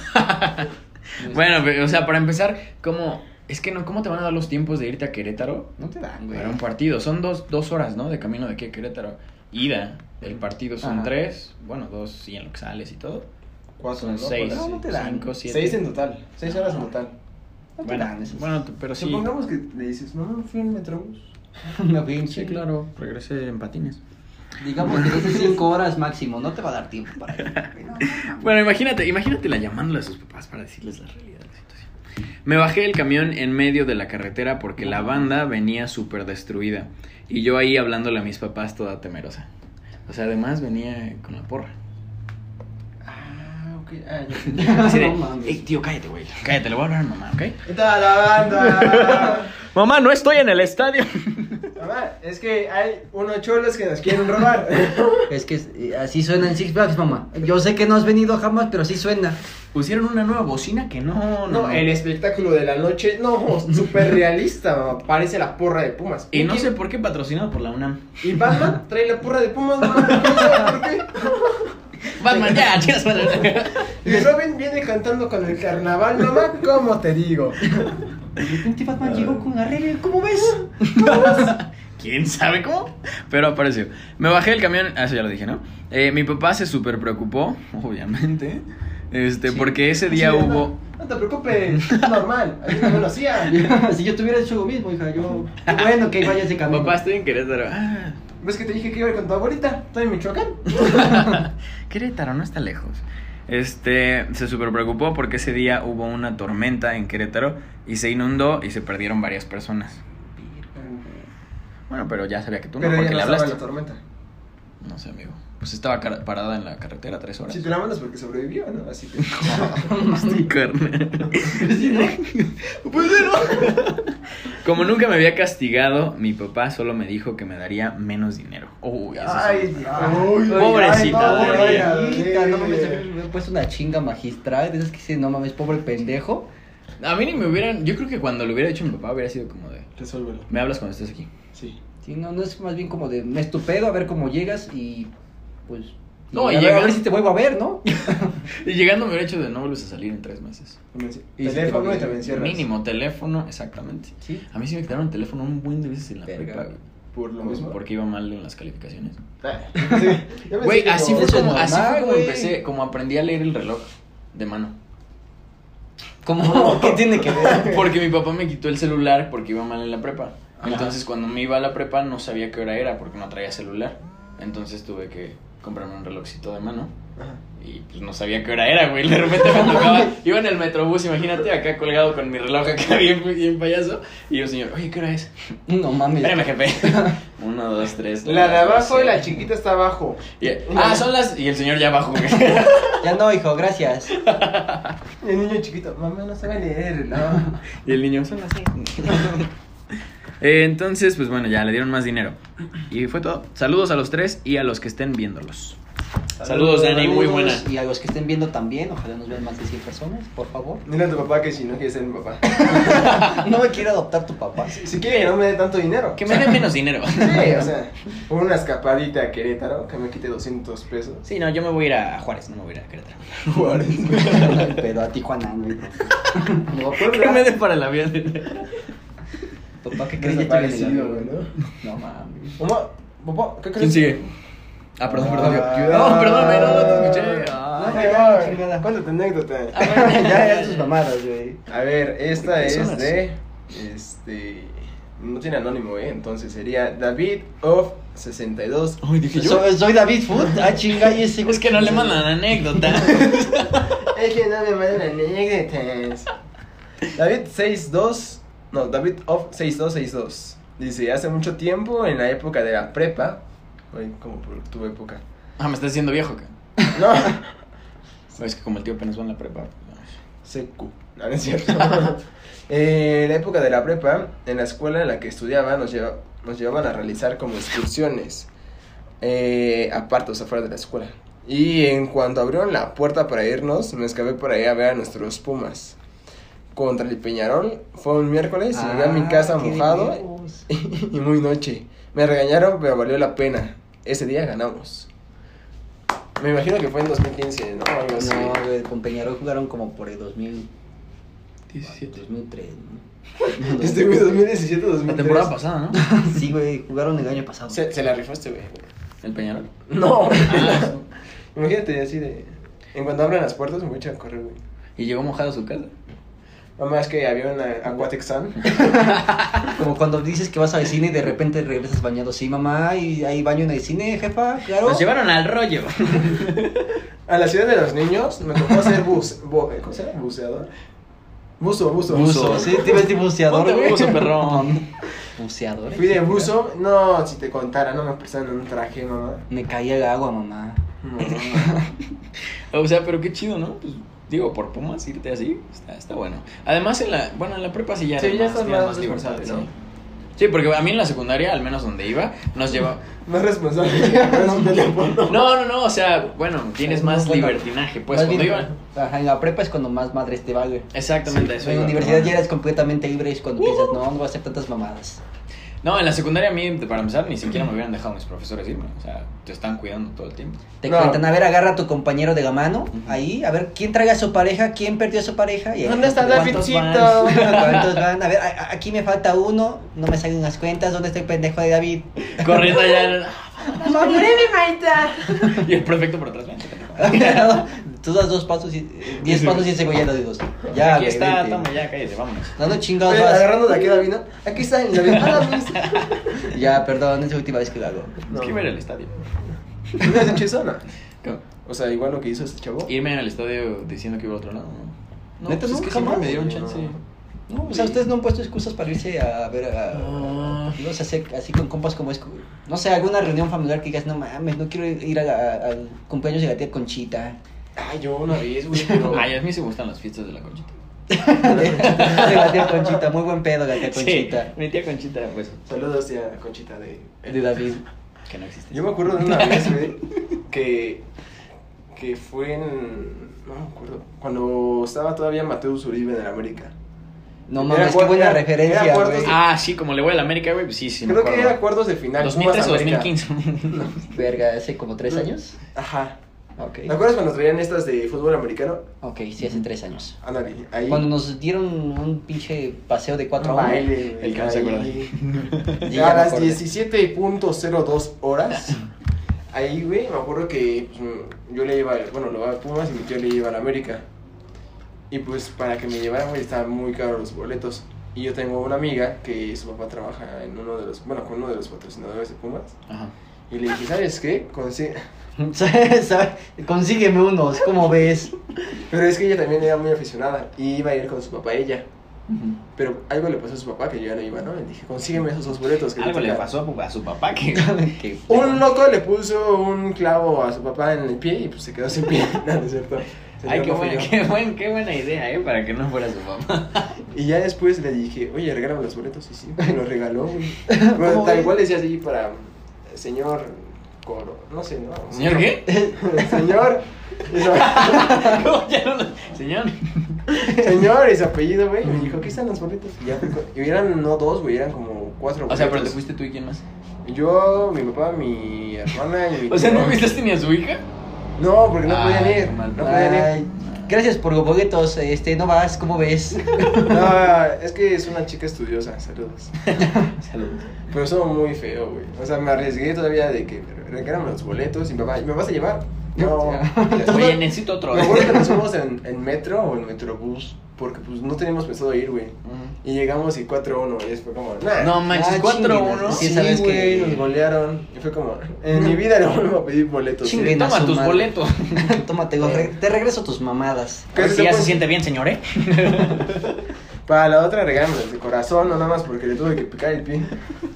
Bueno, o sea, para empezar, ¿cómo te van a dar los tiempos de irte a Querétaro? No te dan, güey. Para un partido, son 2 horas, ¿no? De camino de aquí a Querétaro. Ida, el partido son Ajá. 3, bueno, 2 sí en lo que sales y todo. 4, Son 6, No te dan. 5, 7. 6 en total. 6 horas en total. No te Bueno, dan esos. bueno, pero sí. Supongamos que le dices, no, fui en Metrobús. Una pinche. Sí, claro, regresé en patines. Digamos que dices 5 horas máximo. No te va a dar tiempo para ir. Bueno, imagínatela llamándole a sus papás para decirles la realidad de la situación. Me bajé del camión en medio de la carretera porque la banda venía súper destruida. Y yo ahí hablándole a mis papás toda temerosa. O sea, además venía con la porra. Ah, ok. Así de, No mames. "Ey, tío, cállate, güey. Cállate, le voy a hablar a mamá, ¿ok? ¿Qué tal la banda? Mamá, no estoy en el estadio. Mamá, es que hay unos cholos que nos quieren robar. Es que así suena en Six Flags, mamá. Yo sé que no has venido jamás, pero así suena. Pusieron una nueva bocina que no. No, el espectáculo de la noche, no, súper realista, mamá. Parece la porra de Pumas. Y no sé por qué patrocinado por la UNAM. ¿Y Batman? Trae la porra de Pumas, mamá. ¿Quién sabe por qué? Batman, ya, chicas. Y Robin viene cantando con el carnaval, mamá. ¿Cómo te digo? De repente Batman llegó con arreglo. ¿Cómo ves? ¿Quién sabe cómo? Pero apareció. Me bajé del camión, eso ya lo dije, ¿no? Mi papá se súper preocupó, obviamente. Porque ese día Sí, hubo... No te preocupes, es normal. A mí no me lo hacía. Si yo tuviera hecho lo mismo, hija, yo... Qué bueno que vaya ese camino. Papá, estoy en Querétaro. Ah, ¿Ves que te dije que iba a ir con tu abuelita? Estoy en Michoacán. Querétaro no está lejos. Se súper preocupó porque ese día hubo una tormenta en Querétaro y se inundó y se perdieron varias personas. Bueno, pero ya sabía que tú no, Pero porque ya le no estaba hablaste. en la tormenta. No sé, amigo. Pues estaba parada en la carretera 3 horas. Si te la mandas porque sobrevivió, ¿no? Así que... Estoy carnal. Pues no. Como nunca me había castigado, mi papá solo me dijo que me daría menos dinero. Uy, eso Ay, sí. pobrecita, Pobrecita, no mames, me he puesto una chinga magistral. De esas que dicen, no mames, pobre pendejo. A mí ni me hubieran... Yo creo que cuando lo hubiera hecho mi papá hubiera sido como de... Resuélvelo. Me hablas cuando estés aquí. Sí. Sí, no es más bien como de, me estupedo a ver cómo llegas y pues... No, y y a ver si te vuelvo a ver, ¿no? Y llegando me hubiera hecho de no vuelves a salir en 3 meses. Y si Teléfono te y también cierras. Mínimo, teléfono, exactamente. Sí. A mí sí me quitaron el teléfono un buen de veces en la Verga. prepa, güey. Por lo mismo. Porque iba mal en las calificaciones. Ah, sí. Yo pensé Güey, que así como- fue como normal, güey. empecé, como aprendí a leer el reloj de mano. ¿Cómo? ¿Qué tiene que ver? Porque mi papá me quitó el celular porque iba mal en la prepa. Entonces cuando me iba a la prepa no sabía qué hora era porque no traía celular. Entonces tuve que comprarme un relojcito de mano. Ajá. Y pues no sabía qué hora era, güey. De repente me tocaba, iba en el metrobús, imagínate, acá colgado con mi reloj acá bien payaso. Y yo, señor, oye, ¿qué hora es? No mames. Espérame, jefe. 1, 2, 3. La de abajo y la chiquita está abajo. Son las... Y el señor ya abajo, güey. Ya no, hijo, gracias. Y el niño chiquito, mamá no sabe leer, ¿no? Y el niño, son las 6. Entonces, pues bueno, ya le dieron más dinero. Y fue todo. Saludos a los 3 y a los que estén viéndolos. Saludos, Dani, muy buena. Y a los que estén viendo también, ojalá nos vean más de 100 personas, por favor. Dile a tu papá que si no quiere ser mi papá. No me quiere adoptar tu papá. Si quiere que no me dé tanto dinero. Que me den menos dinero. Sí, o sea, por una escapadita a Querétaro, que me quite 200 pesos. Sí, no, yo me voy a ir a Juárez, no me voy a ir a Querétaro. Juárez. Pero a Tijuana, no, hijo. No, Que me den para el avión. Papá, ¿qué crees? Desaparecido, güey, ¿no? No mames. Mamá, papá, ¿qué crees? ¿Quién sigue? Ah, perdón, perdón. Ayuda. No, perdóname, no te escuché. Ah. Ay, ay, cuéntate anécdota. Ya tus mamadas, güey. A ver, esta es Personas. de. No tiene anónimo, entonces sería David of 62. Ay, dije yo. Soy David Food. Ah, chinga, y ese güey. Es que no le mandan anécdota. Es que no me mandan anécdotas. David 62. No, David of 6262. Dice, hace mucho tiempo, en la época de la prepa. Oye, como por tu época. Ah, me estás diciendo viejo, ¿qué? No. Es que como el tío apenas va en la prepa. Secu. No, no es cierto. En la época de la prepa, en la escuela en la que estudiaba, nos llevaban a realizar como excursiones. Aparte, o sea, fuera de la escuela. Y en cuanto abrieron la puerta para irnos, me escapé por ahí a ver a nuestros Pumas. Contra el Peñarol, fue un miércoles, y llegué a mi casa mojado y muy noche. Me regañaron, pero valió la pena. Ese día ganamos. Me imagino que fue en 2015, ¿no? Algo así. No, güey, con Peñarol jugaron como por el 17. 2003, ¿no? Este güey, 2017, 2003. La temporada pasada, ¿no? Sí, güey, jugaron el año pasado. Se la rifó este güey. ¿El Peñarol? No. Ah, Imagínate así de... En cuanto abran las puertas me voy a echar a correr, güey. ¿Y llegó mojado a su casa? Mamá, es que había una Aquatic Sun. Como cuando dices que vas al cine y de repente regresas bañado. Sí, mamá, ¿y hay baño en el cine, jefa? Claro. Nos llevaron al rollo. A la ciudad de los niños me tocó hacer ¿cómo se llama? ¿Buceador? Buzo. Sí, te ves de buceador, Ponte güey. buzo, perrón. Buceador. Fui de buzo. No, si te contara, no me prestaron un traje, mamá. Me caía el agua, mamá. No. O sea, pero qué chido, ¿no? Pues digo, por Pumas irte así, está bueno. Además, en la prepa sí ya Sí, era ya más, estás era más libertad, responsable, sí. Sí, porque a mí en la secundaria, al menos donde iba, nos llevaba... No es responsable. No es un teléfono. No, o sea, bueno, tienes más Bueno, libertinaje, pues, Más cuando bien, iba... Ajá, en la prepa es cuando más madres te vale. Exactamente, eso En la iba. universidad ya eres completamente libre, es cuando piensas, no voy a hacer tantas mamadas. No, en la secundaria a mí, para empezar, ni siquiera me hubieran dejado mis profesores irme. O sea, te están cuidando todo el tiempo. Te No. cuentan, a ver, agarra a tu compañero de la mano, ahí, a ver, ¿quién trae a su pareja? ¿Quién perdió a su pareja? Y ahí, ¿Dónde está ¿Cuántos Davidcito? ¿cuántos van? A ver, aquí me falta uno, no me salen las cuentas, ¿dónde está el pendejo de David? Corriendo allá. mi maita! Y el prefecto por atrás. Vente, pendejo. Tú das 2 pasos y 10 pasos y ese güey ya da de 2. Ya, Aquí güey, está, vente. toma, ya, cállate, vámonos. No, no chingados Oye, vas. agarrando de aquí a David, ¿no? Aquí está el David. Ah, David. Ya, perdón, es la última vez que lo hago. No. Es que iba a ir al estadio. ¿No has hecho eso, no? ¿Cómo? O sea, igual lo que hizo este chavo. Irme al estadio diciendo que iba al otro lado. No, ¿Neta, pues no? es que Jamás. siempre me dieron No. chance. No, o sea, ustedes no han puesto excusas para irse a ver a... No sé, así con compas como es... No sé, alguna reunión familiar que digas, no mames, no quiero ir al cumpleaños de la tía Conchita. Ay, yo una vez, güey, pero... Ay, a mí sí me gustan las fiestas de la Conchita. De la tía Conchita, muy buen pedo la tía Conchita. Sí, mi tía Conchita, pues, Saludos, tía Conchita De David. que no existe. Yo me acuerdo de una vez, güey, que fue en... No me acuerdo. Cuando estaba todavía Mateus Uribe en el América. No Era mames, qué buena era referencia, cuartos güey. de- Ah, sí, como le voy a la América, güey, pues sí, me Creo que acuerdo. era cuartos de final. 2003 o Pumas América. 2015. Verga, hace como 3 años. Ajá. Ok. ¿Te acuerdas cuando traían estas de fútbol americano? Ok, sí, hace 3 años. Ándale, ahí. Cuando nos dieron un pinche paseo de 4 Un a 1. baile, El que no se acuerda. Sí, ya A me las acordé. 17.02 horas. Ahí, güey, me acuerdo que pues, yo le iba, bueno, lo iba a Pumas y mi tío le iba a la América. Y pues para que me llevaran, güey, estaban muy caros los boletos. Y yo tengo una amiga que su papá trabaja en uno de los, bueno, con uno de los patrocinadores de Pumas. Ajá. Y le dije, ¿sabes qué? Consígueme unos, ¿cómo ves? Pero es que ella también era muy aficionada y iba a ir con su papá ella. Pero algo le pasó a su papá que yo ya no iba, ¿no? Le dije, consígueme esos 2 boletos. Que Algo te le tocan". pasó a su papá que... Que- Un loco le puso un clavo a su papá en el pie y pues se quedó sin pie. No, no es cierto. Ay, Señor, no fui yo. qué buena idea, para que no fuera su papá. Y ya después le dije, oye, regálame los boletos. Y sí, me los regaló, güey. ¿Cómo Bueno, tal ves? cual decía así para señor Coro. No sé, ¿no? ¿Señor qué? Señor. ¿Cómo ya no lo... Señor. Señor, y su apellido, güey. Y me dijo, aquí están los boletos. Y ya fui y eran no 2, güey, eran como 4 boletos. O sea, pero te fuiste tú y quién más. Yo, mi papá, mi hermana y mi O sea, ¿no tío. invitaste ni a su hija? No, porque no Ah, podían ir. qué mal No podían ir. Ay, gracias por los boletos, no vas, ¿cómo ves? No, es que es una chica estudiosa, saludos. Saludos. Pero son muy feo, güey. O sea, me arriesgué todavía de que regálame los boletos y mi papá, ¿me vas a llevar? No. Oye, necesito otro. Me acuerdo que nos fuimos en metro o en metrobús, porque pues no teníamos pensado ir, güey. Y llegamos y 4-1 y fue como, nah. No manches, Ah, 4-1. Sí, Sí, sabes güey, que- nos golearon. Y fue como, en mi vida no vuelvo a pedir boletos. Chingue. ¿Sí? Ven a Toma su tus madre. boletos. Tómate, te regreso tus mamadas. A ver si ya se Pues, siente bien, señor, ¿eh? Para la otra, regálamelas de corazón, no nada más porque le tuve que picar el pie.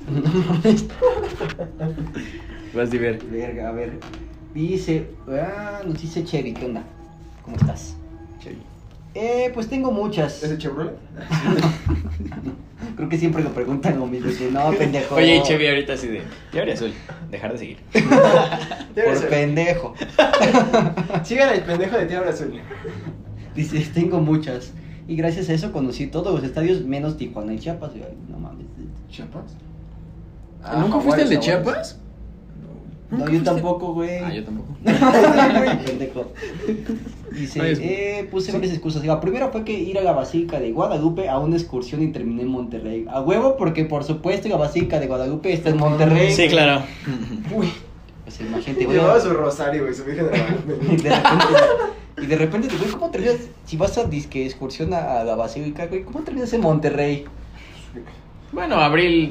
Vas a ver. Verga, a ver. Dice, nos dice Chevy, ¿qué onda? ¿Cómo estás? Chevy. Pues tengo muchas. ¿Ese Chevrolet? Creo que siempre lo preguntan lo mismo. Que no, pendejo. Oye, y Chevy ahorita así de... Chevy azul, dejar de seguir. Por pendejo. Sigan el pendejo de Tierra Azul. Dice, tengo muchas. Y gracias a eso conocí todos los estadios menos Tijuana y Chiapas. Güey. No mames. ¿Chiapas? ¿Nunca fuiste el de Jaguares. Chiapas? No, ¿Nunca yo fuiste? tampoco, güey. Ah, yo tampoco. Pendejo. Dice, No, es- puse varias excusas. La primera fue que ir a la Basílica de Guadalupe a una excursión y terminé en Monterrey. A huevo, porque por supuesto la Basílica de Guadalupe está en Monterrey. Sí, claro. Uy, Pues imagínate, güey. llevaba su rosario, güey, su virgen de Y de repente, güey, ¿cómo terminas? Si vas a disque excursión a la Basílica, güey, ¿cómo terminas en Monterrey? Bueno, abril.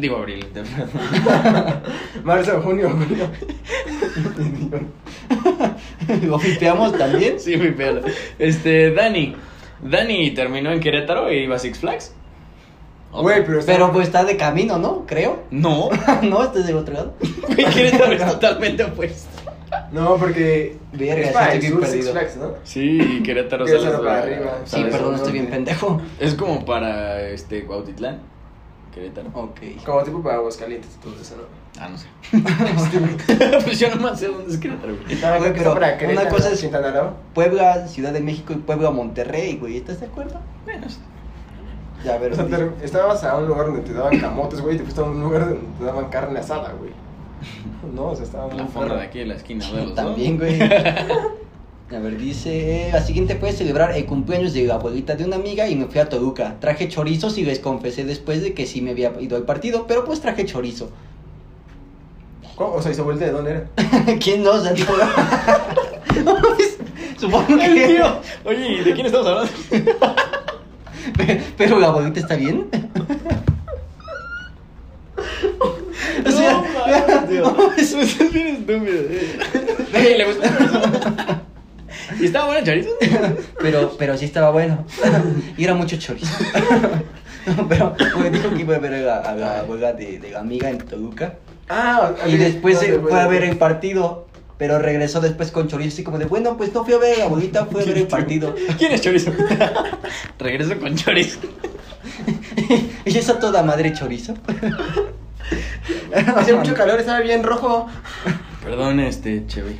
Marzo, junio, julio. ¿Lo flipeamos también? Sí, mi pelo. Dani terminó en Querétaro y iba a Six Flags. Güey, pero Pero pues está de camino, ¿no? Creo. No, No, este es del otro lado. güey, Querétaro es totalmente opuesto. No, porque Verga, es sí para estoy el bien sur perdido. Six Flags, ¿no? Sí, y Querétaro Querétaro sale para sobre- arriba. Sí, ¿Sabes? perdón, estoy bien pendejo. Es como para Cuautitlán, Querétaro. Ok. Como tipo para Aguascalientes y todo eso, ¿no? Ah, no sé. Pues yo nomás sé dónde es Querétaro, güey. Ah, Güey, que pero está para Querétaro, una cosa es- Quintana Roo. Puebla, Ciudad de México y Puebla, Monterrey, güey. ¿Estás de acuerdo? Bueno, Ya, a ver. O sea, estabas a un lugar donde te daban camotes, güey, y te fuiste a un lugar donde te daban carne asada, güey. No, o sea, estaba muy la fonda perro. de aquí de la esquina de los También, dos. güey. A ver, dice, la siguiente fue celebrar el cumpleaños de la abuelita de una amiga y me fui a Toluca. Traje chorizos y les confesé después de que sí me había ido al partido, pero pues traje chorizo. ¿Cómo? O sea, ¿y su vuelta de dónde era? ¿Quién no? O sea, tipo... Supongo El que... tío. Oye, ¿y de quién estamos hablando? Pero la abuelita está bien. O sea, No, mames, tío. no, Eso es bien estúpido. Oye, ¿le gustó el chorizo? ¿Y estaba bueno el chorizo? pero sí estaba bueno. Y era mucho chorizo. No, pero me dijo que iba a ver a la abuela de la amiga en Toluca. Ah, Y después se fue a ver el... el partido. Pero regresó después con chorizo así como de, bueno, pues no fui a ver a la abuelita, fui a ver el partido. ¿Quién es chorizo? Regreso con chorizo. Y esa toda madre chorizo. Hacía mucho calor, estaba bien rojo. Perdón, Chevy.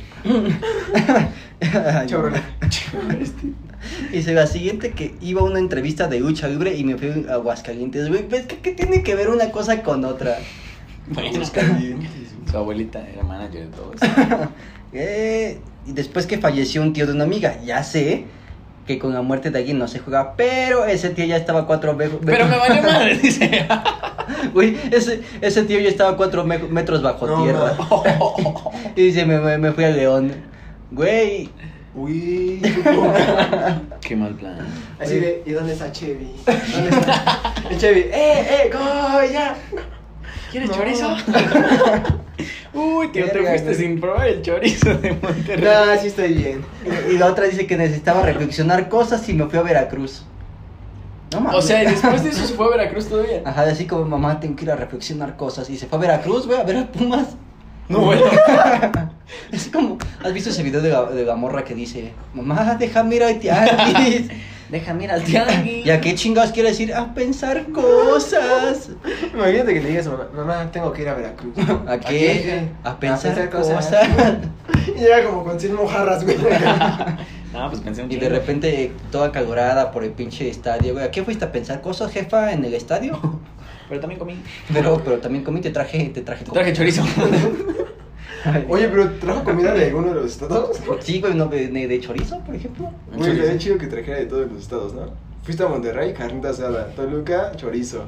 Ay, Chevrolet. Dice la siguiente que iba a una entrevista de lucha libre y me fui a Aguascalientes. Güey, ¿ves qué tiene que ver una cosa con otra? Bueno, su abuelita era manager de todo eso. Y después que falleció un tío de una amiga, ya sé que con la muerte de alguien no se juega, pero ese tío ya estaba 4 metros. Pero me valió madre, dice. Güey, ese tío ya estaba 4 metros bajo No, tierra. Y dice, me fui a León. Güey. Uy. Qué mal plan. Así de, ¿y dónde está Chevy? ¿Dónde está? El Chevy, Goya. ¿Quieres No. chorizo? Uy, tío, te Verga, fuiste güey. sin probar el chorizo de Monterrey. No, sí estoy bien. Y la otra dice que necesitaba reflexionar cosas y me fui a Veracruz. No mames. O sea, y después de eso se fue a Veracruz todavía. Ajá, así como mamá, tengo que ir a reflexionar cosas. Y se fue a Veracruz, güey, a ver a Pumas. No, bueno. Es como, ¿has visto ese video de la morra que dice, mamá, déjame ir al tianguis? Déjame ir al tianguis. ¿Y a qué chingados quiere decir? A pensar cosas. Imagínate que le digas a mamá, mamá, tengo que ir a Veracruz. ¿A qué? A pensar cosas. Y llega como con 100 mojarras, güey. No, pues pensé un Y de chingo. repente, toda calorada por el pinche estadio, güey. ¿A qué fuiste a pensar cosas, jefa, en el estadio? Pero también comí. Pero también comí, te traje Te traje chorizo. Ay, Oye, pero ¿trajo comida de alguno de los estados? sí, güey, no, de chorizo, por ejemplo. Güey, sería chido que trajera de todos los estados, ¿no? Fuiste a Monterrey, carnita asada. Toluca, chorizo.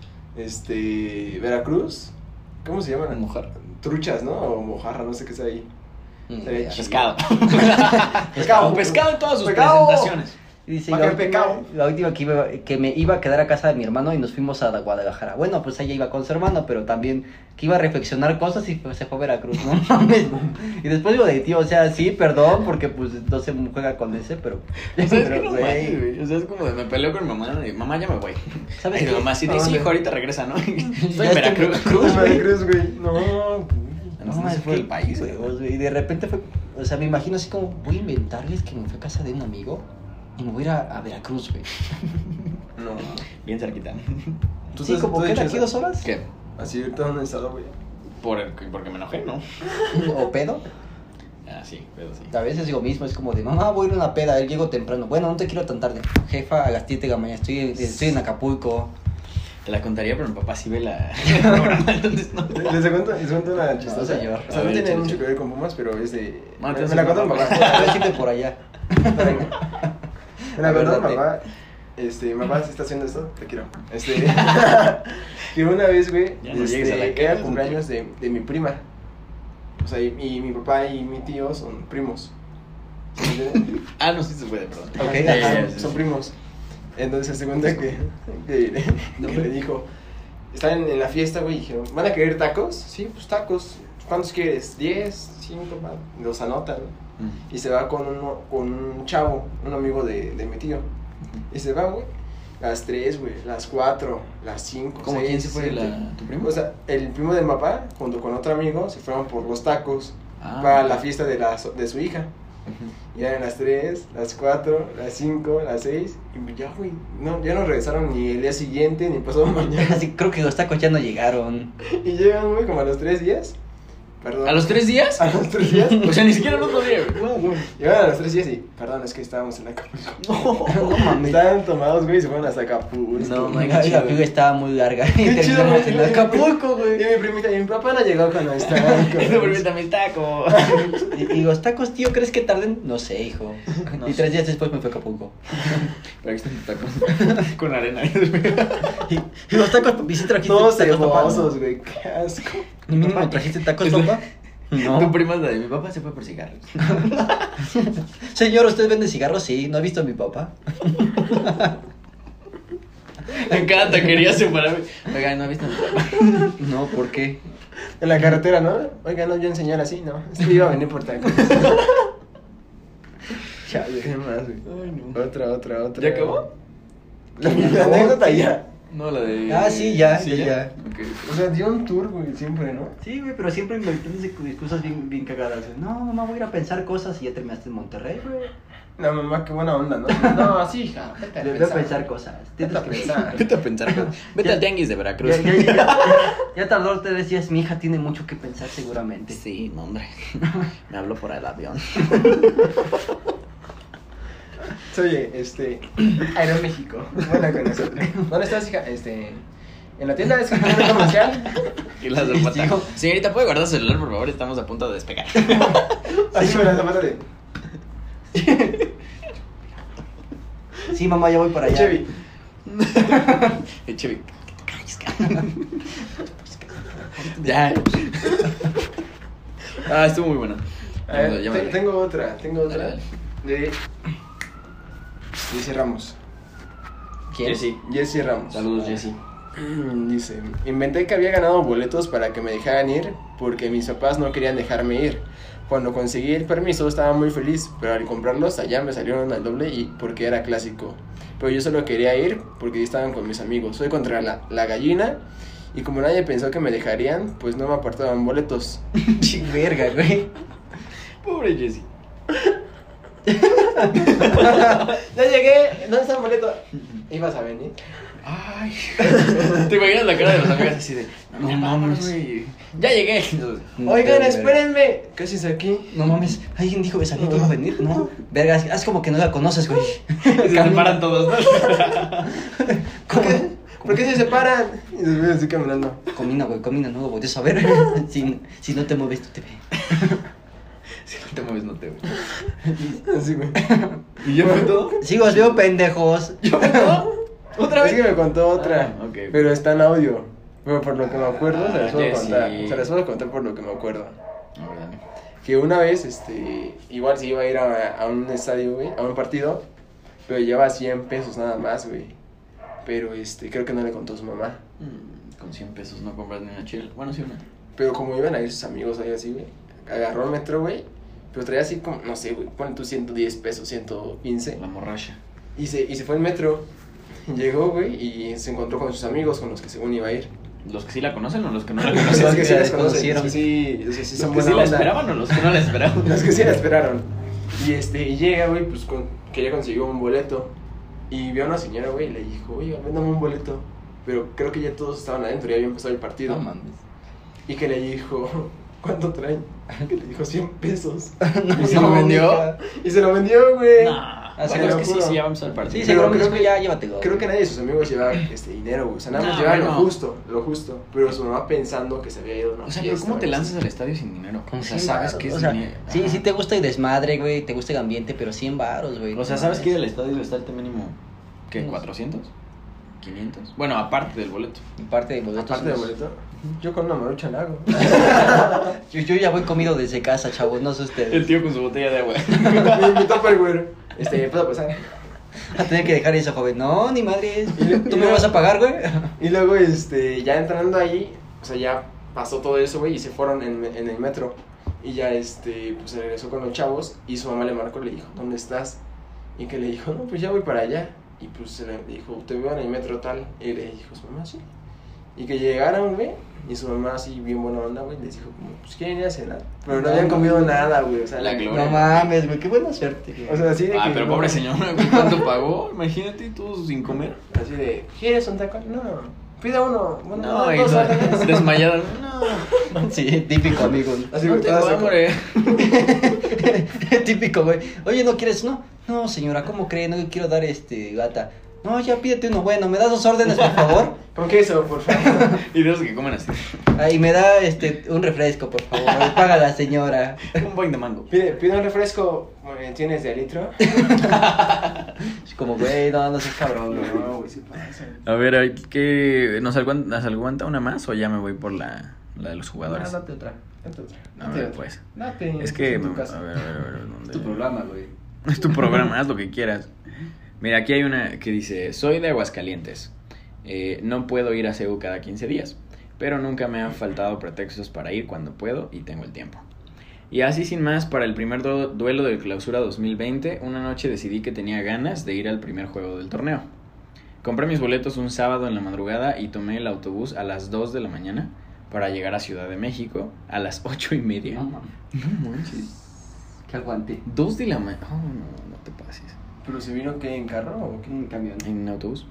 Veracruz, ¿cómo se llaman? Mojarra. Truchas, ¿no? O mojarra, no sé qué es ahí. Sería chido. Pescado. Pescado. Pescado en todas sus Pescado. presentaciones. Y dice, Pa' que pecado. la última que me iba a quedar a casa de mi hermano y nos fuimos a Guadalajara. Bueno, pues ella iba con su hermano, pero también que iba a reflexionar cosas y pues se fue a Veracruz, ¿no? Mames. Y después digo de tío, o sea, sí, perdón, porque pues no se juega con ese, pero... O sea, es que pero, no güey, mames, güey. O sea, es como de me peleo con mi mamá y mamá, ya me voy. ¿Sabes Y mi qué? mamá sí, ¿A sí, dónde? hijo, ahorita regresa, ¿no? Estoy Ya en estoy en Veracruz. Veracruz. Veracruz, güey. No, No, no se fue del país, güey. Y de repente fue, o sea, me imagino así como, voy a inventarles que me fui a casa de un amigo y me voy a ir a Veracruz, güey. no. Bien cerquita. Sí, como queda aquí 2 horas. ¿Qué? Así ahorita dónde he estado, güey. Porque me enojé, ¿no? O pedo. Ah, sí, pero sí. A veces digo mismo, es como de, mamá, voy a ir a una peda, llego temprano. Bueno, no te quiero tan tarde. Jefa, a las 7 de la mañana, estoy en Acapulco. Te la contaría, pero mi papá sí ve la el programa, entonces no. Les cuento una chistosa. señor. O sea, A no ver, tiene échale, mucho que échale. ver con Pumas, pero es de... No, me entonces la contó mi no. papá. A ver, siempre por allá. Me la contó mi Acuérdate. papá. Mamá, si está haciendo esto, te quiero. Que una vez, güey, Ya no llegues a la casa, era cumpleaños de mi prima. O sea, y mi papá y mi tío son primos. ¿Sí me entiendes? Ah, no, sí se puede, perdón. Ok, Sí, ajá, sí, sí. Son primos. Entonces se cuenta que le dijo, están en la fiesta, güey, y dijeron, ¿van a querer tacos? Sí, pues tacos. ¿Cuántos quieres? 10, 5, los anotan. Mm. Y se va con un chavo, un amigo de mi tío. Y se va, güey, las 3, güey, las 4, las 5, ¿Cómo 6, quién se fue? 7. ¿Tu primo? O sea, el primo de mi papá, junto con otro amigo, se fueron por los tacos Ah, para ok. la fiesta de su hija. Ujú. Y eran las 3, las 4, las 5, las 6. Y ya, güey, no, ya no regresaron ni el día siguiente, ni pasado mañana. Así, creo que los tacos ya no llegaron. Y llegan, güey, como a los 3 días. Perdón. ¿A los 3 días? ¿A los 3 días? O sea, ni siquiera el otro día, güey. No. Llegaron a los 3 días y, perdón, es que estábamos en Acapulco. No mames. Estaban tomados, güey, y se fueron hasta Acapulco. No, no, La fila estaba muy larga. Y Qué chido, terminamos güey. en Acapulco, Y güey. mi primita, y mi papá no llegó cuando estaba. Y me permita mis tacos. Y los tacos, tío, ¿crees que tarden? No sé, hijo. No Y sé. 3 días después me fui a Acapulco. Pero aquí están tus tacos. Con arena. Y los tacos, ¿y si trajiste Todos tacos, papá? cebosos, güey, qué asco. ¿Ni mínimo trajiste tacos, papá? Tu No. prima es la de mi papá se fue por cigarros. Señor, ¿usted vende cigarros? Sí, ¿no ha visto a mi papá? En cada taquería se paraba. Oiga, ¿no ha visto a mi papá? No, ¿por qué? En la carretera, ¿no? Oiga, no, yo enseñar así, ¿no? Es que iba a venir por tacos. Chale. ¿Qué más, güey? Ay, no. Otra. ¿Ya acabó? La anécdota ya. No, la de. Ah, sí, ya, ya. Ok. O sea, dio un tour, güey, siempre, ¿no? Sí, güey, pero siempre inventándose cosas bien cagadas. Güey. No, mamá, voy a ir a pensar cosas y ya terminaste en Monterrey, güey. La mamá, qué buena onda, ¿no? No, sí, hija, vete Voy a pensar cosas. Vete a pensar. Vete a pensar. Vete Ya- al tianguis de Veracruz. Ya tardó 3 días, mi hija tiene mucho que pensar seguramente. Sí, no, hombre. Me habló por el avión. Oye, Aeroméxico. Buena con nosotros. ¿Dónde estás, hija? En la tienda, es que tiene un comercial. Y la Sí, zapata. digo- Señorita, ¿puede guardar su celular, por favor? Estamos a punto de despegar. Así con la zapata de Sí, mamá, ya voy para allá. Chevy. Chevy. Ya. Ah, estuvo muy bueno. A ver, Ya me hablé. tengo otra. Dale, dale. De Jessy Ramos. ¿Quién? Jessy Ramos. Saludos, Jessy. Dice, inventé que había ganado boletos para que me dejaran ir porque mis papás no querían dejarme ir. Cuando conseguí el permiso estaba muy feliz, pero al comprarlos allá me salieron al doble y porque era clásico. Pero yo solo quería ir porque estaban con mis amigos. Soy contra la gallina y como nadie pensó que me dejarían, pues no me apartaban boletos. Verga, güey. Pobre Jessy. Ya llegué, ¿dónde está el boleto? ¿Ibas a venir? Ay. ¿Te imaginas la cara de los amigos así de. No "Ya mames. vámonos, güey. Ya llegué. Oigan, espérenme. ¿Qué haces aquí? No mames, alguien dijo que sabía que iba a venir. No, verga, haz como que no la conoces, güey. Se separan todos, ¿no? ¿Por qué? ¿Por qué se separan? Y los veo así caminando. Comina, no lo voltees a ver. Si no te mueves, tú te ves. Si no te mueves, no te ves. Así, güey. ¿Y ya fue todo? Sí, os veo pendejos. ¿Ya fue todo? ¿Otra Es vez? que me contó otra. Ah, ok. Pero está en audio. Pero por lo que me acuerdo, se las puedo Jessy. contar. Se las puedo contar por lo que me acuerdo. No, dale. Que una vez, igual se iba a ir a un estadio, güey, a un partido. pero llevaba 100 pesos nada más, güey. Pero creo que no le contó a su mamá. Con 100 pesos no compras ni una chela. Bueno, sí una. Pero como iban a ir sus amigos ahí así, güey, agarró el metro, güey, pero traía así como, no sé, güey, pon tú 110 pesos, 115. La morracha. Y se fue el metro, llegó, güey, y se encontró con sus amigos con los que según iba a ir. ¿Los que sí la conocen o los que no la Los conocen? que sí las conocieron. conocieron. Sí, ¿Los son que sí buena la onda. esperaban o los que no la esperaban? Los que sí la esperaron. Y llega, güey, pues que ya consiguió un boleto. Y vio a una señora, güey, y le dijo, oye, véndame un boleto. Pero creo que ya todos estaban adentro, ya había empezado el partido. No mames. Y que le dijo, ¿cuánto traen? Que le dijo 100 pesos. No, ¿Y se lo no, vendió? mija. Y se lo vendió, güey. No. Así Bueno, es lo que sí, juro. sí, ya vamos al partido. Sí, Pero seguramente creo que- ya llévatelo. Creo que nadie de sus amigos llevaba dinero, güey. O sea, nada más No, llevaba bueno. lo justo. Pero su mamá pensando que se había ido a una O sea, pero fiesta, ¿cómo te güey. lanzas al estadio sin dinero? O sea, Sí, sabes varos, que es o sea, dinero. sí, Ajá. sí te gusta el desmadre, güey, te gusta el ambiente, pero 100 varos, güey. O sea, ¿sabes que ir al estadio debe estarte mínimo, qué, No sé. 400? 500. Bueno, aparte del boleto. En parte de boletos. Aparte del boleto, yo con una marucha la hago. Yo ya voy comido desde casa, chavos, no sé ustedes. tío con su botella de agua. Me invitó para el güero. ¿Puedo pasar? A tener que dejar eso, joven. No, ni madre. ¿Tú me vas a pagar, güey? Y luego, ya entrando ahí, o sea, ya pasó todo eso, güey, y se fueron en el metro. Y ya, pues se regresó con los chavos y su mamá le marcó y le dijo, ¿dónde estás? Y que le dijo, no, pues ya voy para allá. Y pues se le dijo, te veo en el metro tal. Y le dijo su mamá, sí. Y que llegaron, güey, y su mamá así bien buena onda, güey, les dijo como, pues quieren ir a cenar. Pero no habían comido nada, güey, o sea, La gloria. No mames, güey, qué buena suerte, güey. O sea, así de Ah, que pero no- pobre señora, güey, ¿cuánto pagó? Imagínate todos sin comer. Así de, ¿quieres un taco? No, pida uno. Bueno, No, y dos órdenes. desmayada. No, Sí, típico, amigo. Así no que tengo todas hambre. Típico, güey. Oye, ¿no quieres uno? No, señora, ¿cómo cree? No quiero dar gata. No, ya pídete uno. Bueno, ¿me das 2 órdenes, por favor? con queso, por favor. Y de esos que comen así. Ahí me da un refresco, por favor. Paga la señora. Un boing de mango. Pide un refresco, ¿tienes de litro? Como, güey, no seas cabrón, güey. No, güey, sí pasa. A ver, ¿nos aguanta una más o ya me voy por la de los jugadores? Date otra. A ver, pues. Date. Es que, en tu a casa. ver, ¿dónde? Es tu programa, güey. Es tu programa, haz lo que quieras. Mira, aquí hay una que dice, soy de Aguascalientes. No puedo ir a CEU cada 15 días, pero nunca me han faltado pretextos para ir cuando puedo y tengo el tiempo. Y así sin más, para el primer duelo del Clausura 2020, una noche decidí que tenía ganas de ir al primer juego del torneo. Compré mis boletos un sábado en la madrugada y tomé el autobús a las 2 de la mañana para llegar a Ciudad de México a las 8:30. No, mames. No manches. Que aguante. 2 de la mañana. Oh, no te pases. ¿Pero se vino qué, en carro o qué? Un camión. En autobús.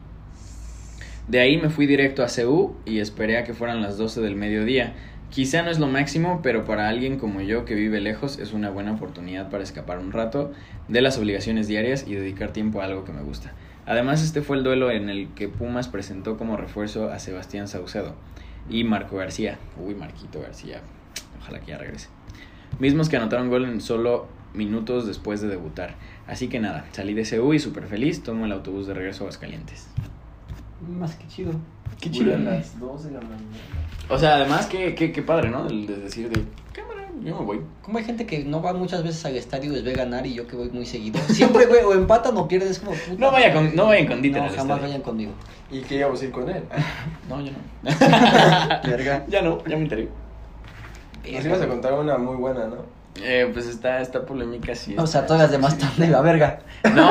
De ahí me fui directo a CEU y esperé a que fueran las 12 del mediodía. Quizá no es lo máximo, pero para alguien como yo que vive lejos es una buena oportunidad para escapar un rato de las obligaciones diarias y dedicar tiempo a algo que me gusta. Además, este fue el duelo en el que Pumas presentó como refuerzo a Sebastián Saucedo y Marco García. Uy, Marquito García. Ojalá que ya regrese. Mismos que anotaron gol en solo minutos después de debutar. Así que nada, salí de CEU y súper feliz, tomo el autobús de regreso a Aguascalientes. Más que chido. Qué Chido. chido. A las 2 de la mañana. O sea, además, qué padre, ¿no? El de decir de, cámara, yo me voy. Como hay gente que no va muchas veces al estadio y les ve ganar y yo que voy muy seguido. Siempre, güey, o empatan o pierden, es como puta. No vayan con Dieter No, al jamás estadio. vayan conmigo. ¿Y qué íbamos a ir con él? No, yo no. Verga. Ya no, ya me enteré. Nos ibas a contar una muy buena, ¿no? Pues está polémica, sí. O sea, todas las demás están de la verga.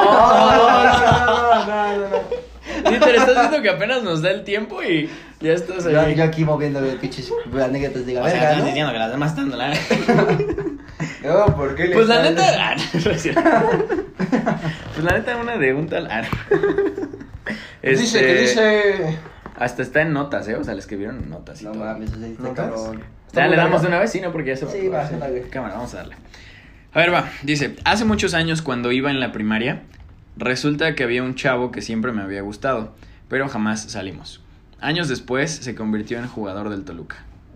No, Dieter, estás viendo que apenas nos da el tiempo y ya estás ahí. Yo aquí moviendo pinches anécdotas de la O sea, verga, estás ¿no? diciendo que las demás están de la... No, ¿por qué le Pues la están- neta... no es cierto. Pues la neta una de un tal... Dice que dice... Hasta está en notas, O sea, le escribieron en notas y No todo. mames, o sea, está ¿No cabrón. Ya le damos de una vez, sí, ¿no? Porque ya se va. Sí, va, güey. Cámara, vamos a darle. A ver, va. Dice, hace muchos años cuando iba en la primaria, resulta que había un chavo que siempre me había gustado, pero jamás salimos. Años después se convirtió en jugador del Toluca.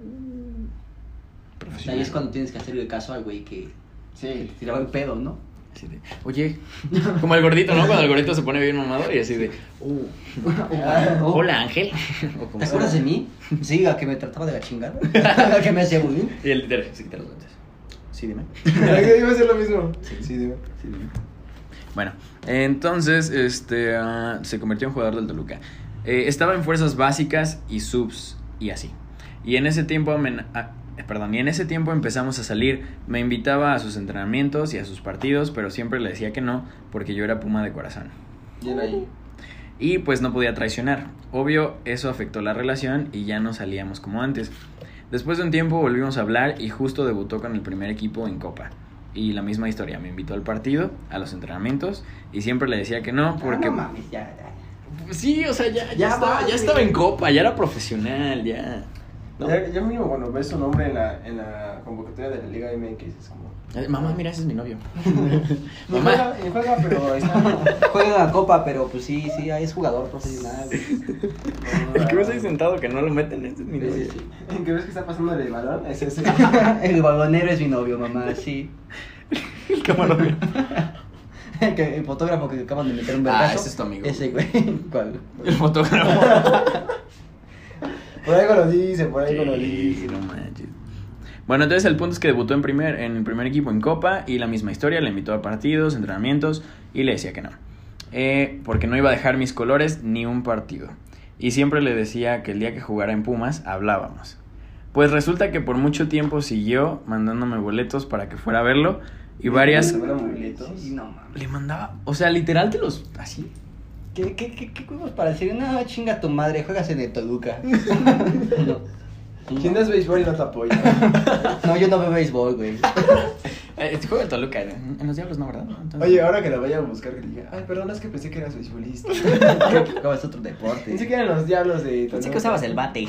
O sea, ahí es cuando tienes que hacerle caso al güey que te tiraba el pedo, ¿no? Así de, oye, como el gordito, ¿no? Cuando el gordito se pone bien mamador y así de, hola Ángel. O como ¿Te sea. acuerdas de mí? Sí, a que me trataba de la chingada. A que me hacía bullying. Y el líder se quita los guantes. Sí, dime. Iba a ser lo mismo. Sí, dime. Sí, dime. Bueno, entonces, se convirtió en jugador del Toluca. Estaba en fuerzas básicas y subs y así. Y en ese tiempo empezamos a salir. Me invitaba a sus entrenamientos y a sus partidos, pero siempre le decía que no, porque yo era Puma de corazón. Bien ahí. Y pues no podía traicionar. Obvio, eso afectó la relación y ya no salíamos como antes. Después de un tiempo volvimos a hablar y justo debutó con el primer equipo en Copa. Y la misma historia, me invitó al partido, a los entrenamientos, y siempre le decía que no, porque... No mames, ya. Sí, o sea, ya estaba en Copa, ya era profesional, ya... ¿No? Ya mínimo cuando ves su nombre en la convocatoria de la Liga MX es como... Mamá, mira, ese es mi novio. No Mamá. juega, pero está... Juega la Copa, pero pues sí, es jugador profesional. El que ves ahí sentado que no lo meten, ese es mi novio. Sí. ¿Qué ves que está pasando el balón? Es ese. El balonero es mi novio, mamá, sí. El camarógrafo. El fotógrafo que acaban de meter un vergazo. Ese es tu amigo. Ese, güey. ¿Cuál? El fotógrafo. Por ahí lo dice, Sí, no manches. Bueno, entonces el punto es que debutó en el primer equipo en Copa y la misma historia, le invitó a partidos, entrenamientos y le decía que no. Porque no iba a dejar mis colores ni un partido. Y siempre le decía que el día que jugara en Pumas hablábamos. Pues resulta que por mucho tiempo siguió mandándome boletos para que fuera a verlo y varias... Sí, no mames. Le mandaba, o sea, literal te los... así. ¿Qué juegos para decir? No, chinga tu madre, juegas en el Toluca. Si no es béisbol y no te apoya. No, yo no veo béisbol, güey. Juega en Toluca, en los Diablos no, ¿verdad? Entonces... Oye, ahora que la vaya a buscar, que diga, ay, perdón, es que pensé que eras beisbolista. Acabas es otro deporte. Pensé que eran los Diablos de... Pensé que usabas el bate.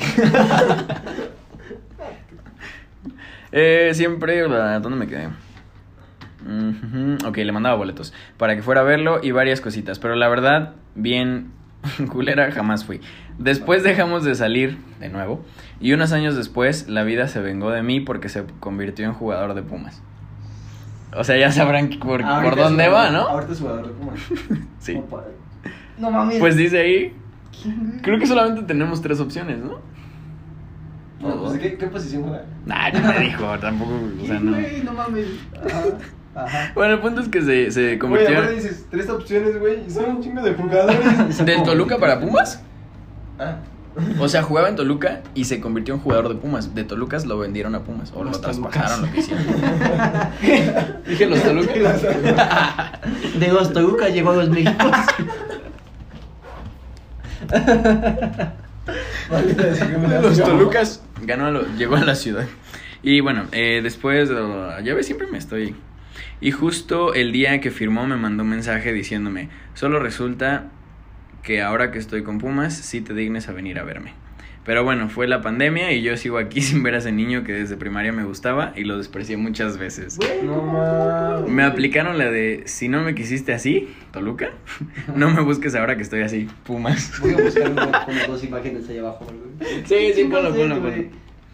Siempre, ¿dónde me quedé? Ok, le mandaba boletos para que fuera a verlo y varias cositas, pero la verdad, bien culera jamás fui. Después dejamos de salir de nuevo y unos años después la vida se vengó de mí porque se convirtió en jugador de Pumas. O sea, ya sabrán por dónde va, ¿no? Ahorita es jugador de Pumas. Sí. No mames. Pues dice ahí, creo que solamente tenemos 3 opciones, ¿no? No, pues, ¿qué posición juega? Nah, ya me dijo, tampoco, o sea, no. Güey, no mames. Ajá. Bueno, el punto es que se convirtió... Güey, ahora dices 3 opciones, güey, y son un chingo de jugadores. ¿Del Toluca para Pumas? Ah. O sea, jugaba en Toluca y se convirtió en jugador de Pumas. De Tolucas lo vendieron a Pumas. O Los lo traspasaron, Tolucas. lo que hicieron. Dije los Tolucas. De los Toluca llegó a los Méxicos. Los Tolucas llegó a la ciudad. Y bueno, después, ya ves, siempre me estoy... Y justo el día que firmó me mandó un mensaje diciéndome, solo resulta que ahora que estoy con Pumas, sí te dignes a venir a verme. Pero bueno, fue la pandemia y yo sigo aquí sin ver a ese niño que desde primaria me gustaba y lo desprecié muchas veces. No mames. Me aplicaron la de, si no me quisiste así, Toluca, no me busques ahora que estoy así, Pumas. Voy a buscar como 2 imágenes ahí abajo, güey. Sí, ponlo. Güey.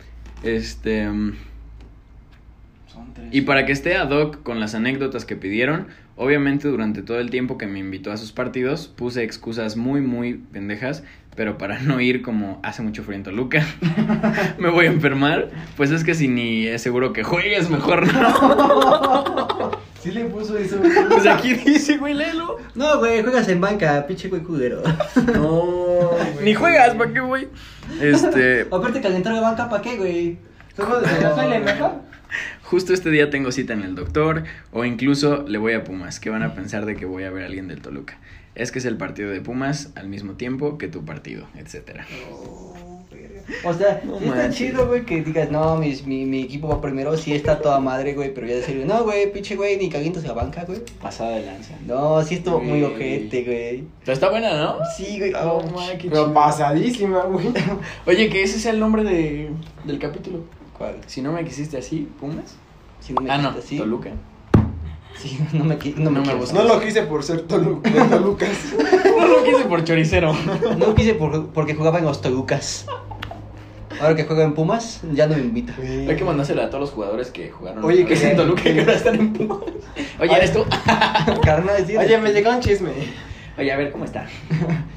Son 3. Y para que esté ad hoc con las anécdotas que pidieron, obviamente durante todo el tiempo que me invitó a sus partidos, puse excusas muy, muy pendejas, pero para no ir como hace mucho frío en Toluca, me voy a enfermar, pues es que si ni es seguro que juegues, mejor no. Sí le puso eso. Pues aquí dice, güey, léelo. No, güey, juegas en banca, pinche güey culero. No, güey. Ni juegas, ¿para qué, güey? Aparte calentar la banca, ¿para qué, güey? ¿Somos de la tele, mejor? Justo este día tengo cita en el doctor, o incluso le voy a Pumas, que van a pensar de que voy a ver a alguien del Toluca. Es que es el partido de Pumas al mismo tiempo que tu partido, etcétera. O sea, No sí está manches. chido, güey, que digas, no, mi equipo va primero, sí está toda madre, güey, pero ya decir, no, güey, pinche güey, ni calientas la banca, güey. Pasada de lanza. No, sí estuvo muy Güey. ojete, güey. Pero está buena, ¿no? Sí, güey. Oh, Oh, my, qué Pero chido. pasadísima, güey. Oye, que ese sea el nombre del capítulo. ¿cuál? Si no me quisiste así, Pumas. Si no me No, quisiste así. Toluca. Sí, no me No me quisiste. busques. No lo quise por ser de Tolucas. No lo quise por choricero. No quise porque jugaba en los Tolucas. Ahora que juega en Pumas, ya no me invita. Hay que mandársela a todos los jugadores que jugaron Oye, que en Toluca y que ahora están en Pumas. Oye, ¿eres tú? Carnal, sí. Oye, me llegó un chisme. Oye, a ver, ¿cómo está?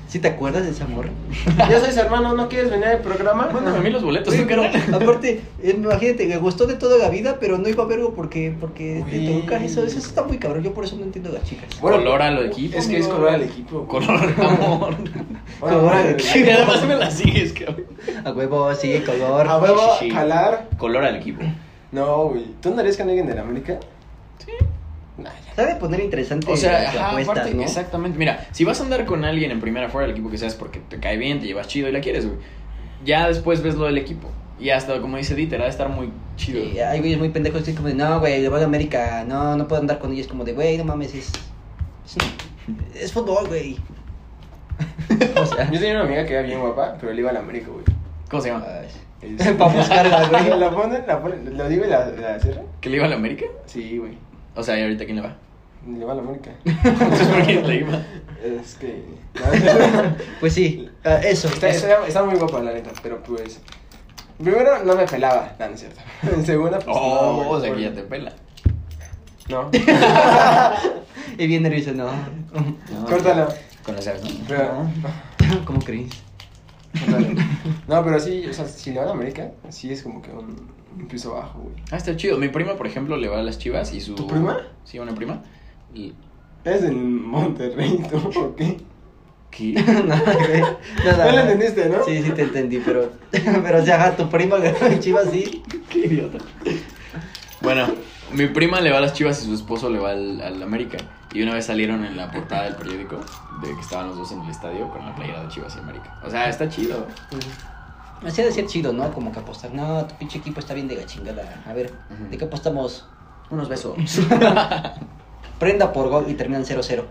¿Sí te acuerdas de esa morra? Yo soy su hermano, ¿no quieres venir al programa? Mándame a mí los boletos, ¿tú, carnal? Aparte, imagínate, le gustó de toda la vida, pero no iba a verlo porque te toca eso está muy cabrón. Yo por eso no entiendo a las chicas. Bueno, Color al equipo. Es que es color al equipo. Color al amor. Color al Y equipo. además me la sigues, cabrón. A huevo, sí, color. A huevo, Sí. jalar. Color al equipo. No, güey. ¿Tú andarías con alguien de la América? Sí. Nah, ya. Sabe poner interesante O sea, las ajá, apuestas, aparte, ¿no? exactamente. Mira, si vas a andar con alguien en primera fuera del equipo que seas porque te cae bien, te llevas chido y la quieres, güey. Ya después ves lo del equipo. Y hasta, como dice Dieter, ha de estar muy chido. Sí, hay güeyes muy pendejos que como de, no, güey, le voy a América, no puedo andar con ellos. Como de, güey, no mames, es fútbol, güey. O sea, Yo tenía una amiga que era bien guapa, pero le iba a la América, güey. ¿Cómo se llama? para buscarla, güey. La ponen, lo digo y la cierra. ¿Que le iba a la América? Sí, güey. O sea, ¿y ahorita quién le va? Le va a la América. Entonces, ¿por qué le iba? Es que. Pues sí, eso. Está muy guapa, la neta, pero pues. Primero, no me pelaba, no es cierto. En segunda, pues. no, Oh, güey, o sea, que por- ya te pela. No. Y bien nervioso, no. No, Córtalo. Con las llaves, ¿no? Pero, ¿Cómo crees? córtalo. No, pero sí, o sea, si le va a la América, sí es como que un piso bajo, güey. Ah, está chido. Mi prima, por ejemplo, le va a las Chivas y su... ¿Tu prima? Sí, una prima. Y... Es en Monterrey, ¿tú? ¿O qué? ¿Qué? Nada, güey. Nada. No lo entendiste, ¿no? Sí, te entendí, pero o sea, ajá, tu prima Chivas sí. Qué idiota. Bueno, mi prima le va a las Chivas y su esposo le va al América. Y una vez salieron en la portada del periódico de que estaban los dos en el estadio con la playera de Chivas y América. O sea, está chido. Así ha de ser chido, ¿no? Como que apostar. No, tu pinche equipo está bien de la chingada. A ver, Ujú. ¿de qué apostamos? Unos besos. Prenda por gol y terminan 0-0.